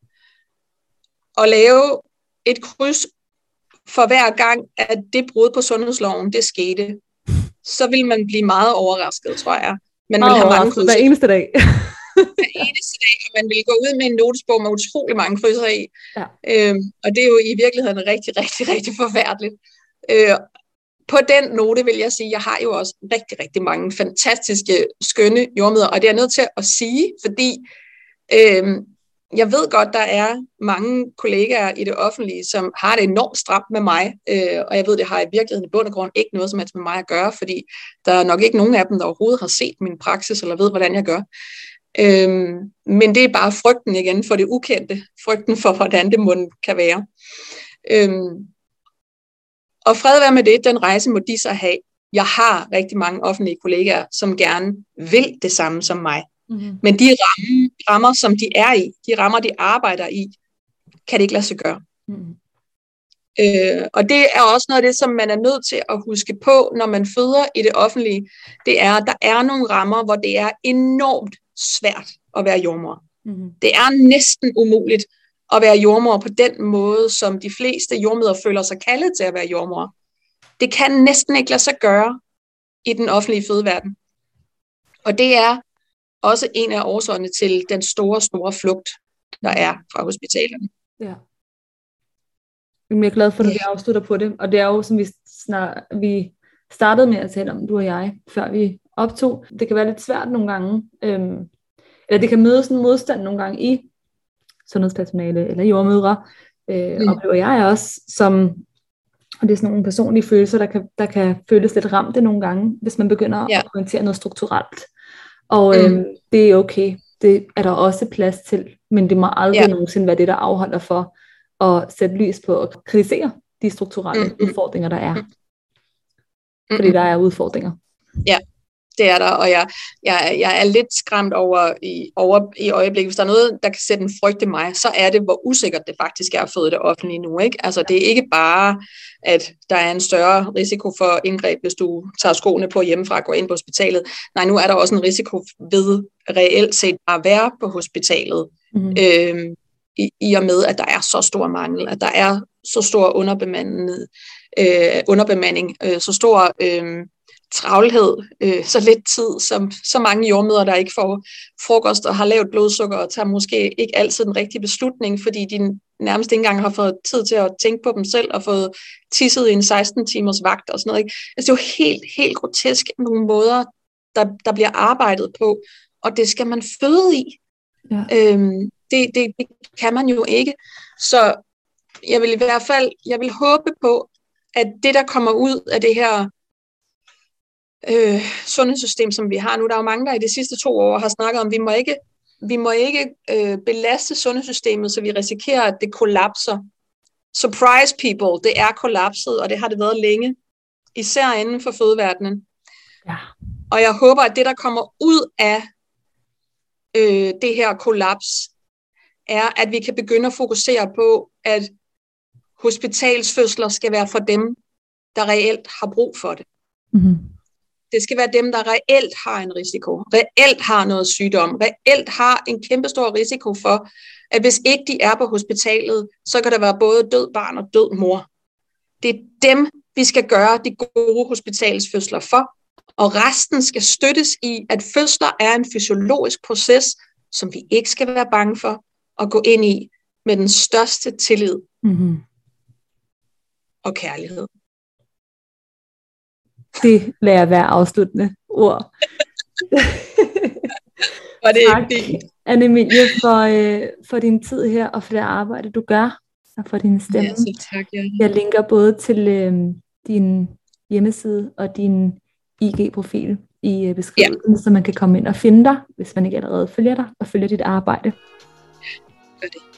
og lave et kryds for hver gang, at det brud på sundhedsloven, det skete, så vil man blive meget overrasket, tror jeg. Man vil have mange krydser. Hver eneste dag. Hver eneste dag, og man vil gå ud med en notesbog med utrolig mange krydser i. Ja. Øhm, og det er jo i virkeligheden rigtig, rigtig, rigtig forfærdeligt. Øh, på den note vil jeg sige, at jeg har jo også rigtig, rigtig mange fantastiske, skønne jordmødre, og det er jeg nødt til at sige, fordi øh, jeg ved godt, der er mange kollegaer i det offentlige, som har det enormt stramt med mig, øh, og jeg ved, det har i virkeligheden i bund og grund ikke noget som helst med mig at gøre, fordi der er nok ikke nogen af dem, der overhovedet har set min praksis, eller ved, hvordan jeg gør. Øh, men det er bare frygten igen for det ukendte, frygten for, hvordan det må kan være. Øh, Og fred være med det, den rejse må de så have. Jeg har rigtig mange offentlige kollegaer, som gerne vil det samme som mig. Mm-hmm. Men de rammer, rammer, som de er i, de rammer, de arbejder i, kan det ikke lade sig gøre. Mm-hmm. Øh, og det er også noget af det, som man er nødt til at huske på, når man føder i det offentlige. Det er, at der er nogle rammer, hvor det er enormt svært at være jordmor. Mm-hmm. Det er næsten umuligt at være jordmor på den måde, som de fleste jordmødre føler sig kaldet til at være jordmor. Det kan næsten ikke lade sig gøre i den offentlige fødeverden. Og det er også en af årsagerne til den store, store flugt, der er fra hospitalerne. Ja. Jeg er glad for, at du afslutter på det. Og det er jo, som vi, snart, vi startede med at tale om, du og jeg, før vi optog. Det kan være lidt svært nogle gange. Øhm, eller det kan møde sådan en modstand nogle gange i sundhedspersonale eller jordmødre, øh, mm. oplever jeg også, som, og det er sådan nogle personlige følelser, der kan, der kan føles lidt ramte nogle gange, hvis man begynder ja. at orientere noget strukturelt. Og øh, mm. det er okay, det er der også plads til, men det må aldrig ja. nogensinde være det, der afholder for at sætte lys på og kritisere de strukturelle mm. udfordringer, der er. Mm. Fordi der er udfordringer. Ja, Det er der, og jeg, jeg, jeg er lidt skræmt over i, over i øjeblikket. Hvis der er noget, der kan sætte en frygt i mig, så er det, hvor usikkert det faktisk er at føde det offentlige nu. Ikke? Altså, det er ikke bare, at der er en større risiko for indgreb, hvis du tager skoene på hjemmefra og går ind på hospitalet. Nej, nu er der også en risiko ved reelt set bare at være på hospitalet. Mm-hmm. Øhm, i, I og med, at der er så stor mangel, at der er så stor underbemanding, øh, underbemanding øh, så stor... Øh, travlhed, øh, så lidt tid, som så mange jordmødre, der ikke får frokost og har lavt blodsukker og tager måske ikke altid den rigtige beslutning, fordi de nærmest ikke engang har fået tid til at tænke på dem selv og fået tisset i en seksten timers vagt og sådan noget. Ikke? Altså, det er jo helt, helt grotesk nogle måder, der, der bliver arbejdet på, og det skal man føde i. Ja. Øhm, det, det, det kan man jo ikke. Så jeg vil i hvert fald, jeg vil håbe på, at det, der kommer ud af det her Øh, sundhedssystem, som vi har nu. Der er jo mange, der i de sidste to år har snakket om, vi må ikke, vi må ikke øh, belaste sundhedssystemet, så vi risikerer, at det kollapser. Surprise people, det er kollapset, og det har det været længe, især inden for fødeverdenen. Ja. Og jeg håber, at det, der kommer ud af øh, det her kollaps, er, at vi kan begynde at fokusere på, at hospitalsfødsler skal være for dem, der reelt har brug for det. Mm-hmm. Det skal være dem, der reelt har en risiko, reelt har noget sygdom, reelt har en kæmpestor risiko for, at hvis ikke de er på hospitalet, så kan der være både død barn og død mor. Det er dem, vi skal gøre de gode hospitalsfødsler for, og resten skal støttes i, at fødsler er en fysiologisk proces, som vi ikke skal være bange for at gå ind i med den største tillid mm-hmm. og kærlighed. Det lader jeg være afsluttende ord. Og det tak, Anne-Emilie, for, øh, for din tid her, og for det arbejde, du gør, og for din stemme. Ja, så tak, ja. Jeg linker både til øh, din hjemmeside og din I G-profil i øh, beskrivelsen, ja. Så man kan komme ind og finde dig, hvis man ikke allerede følger dig, og følger dit arbejde. Gør det.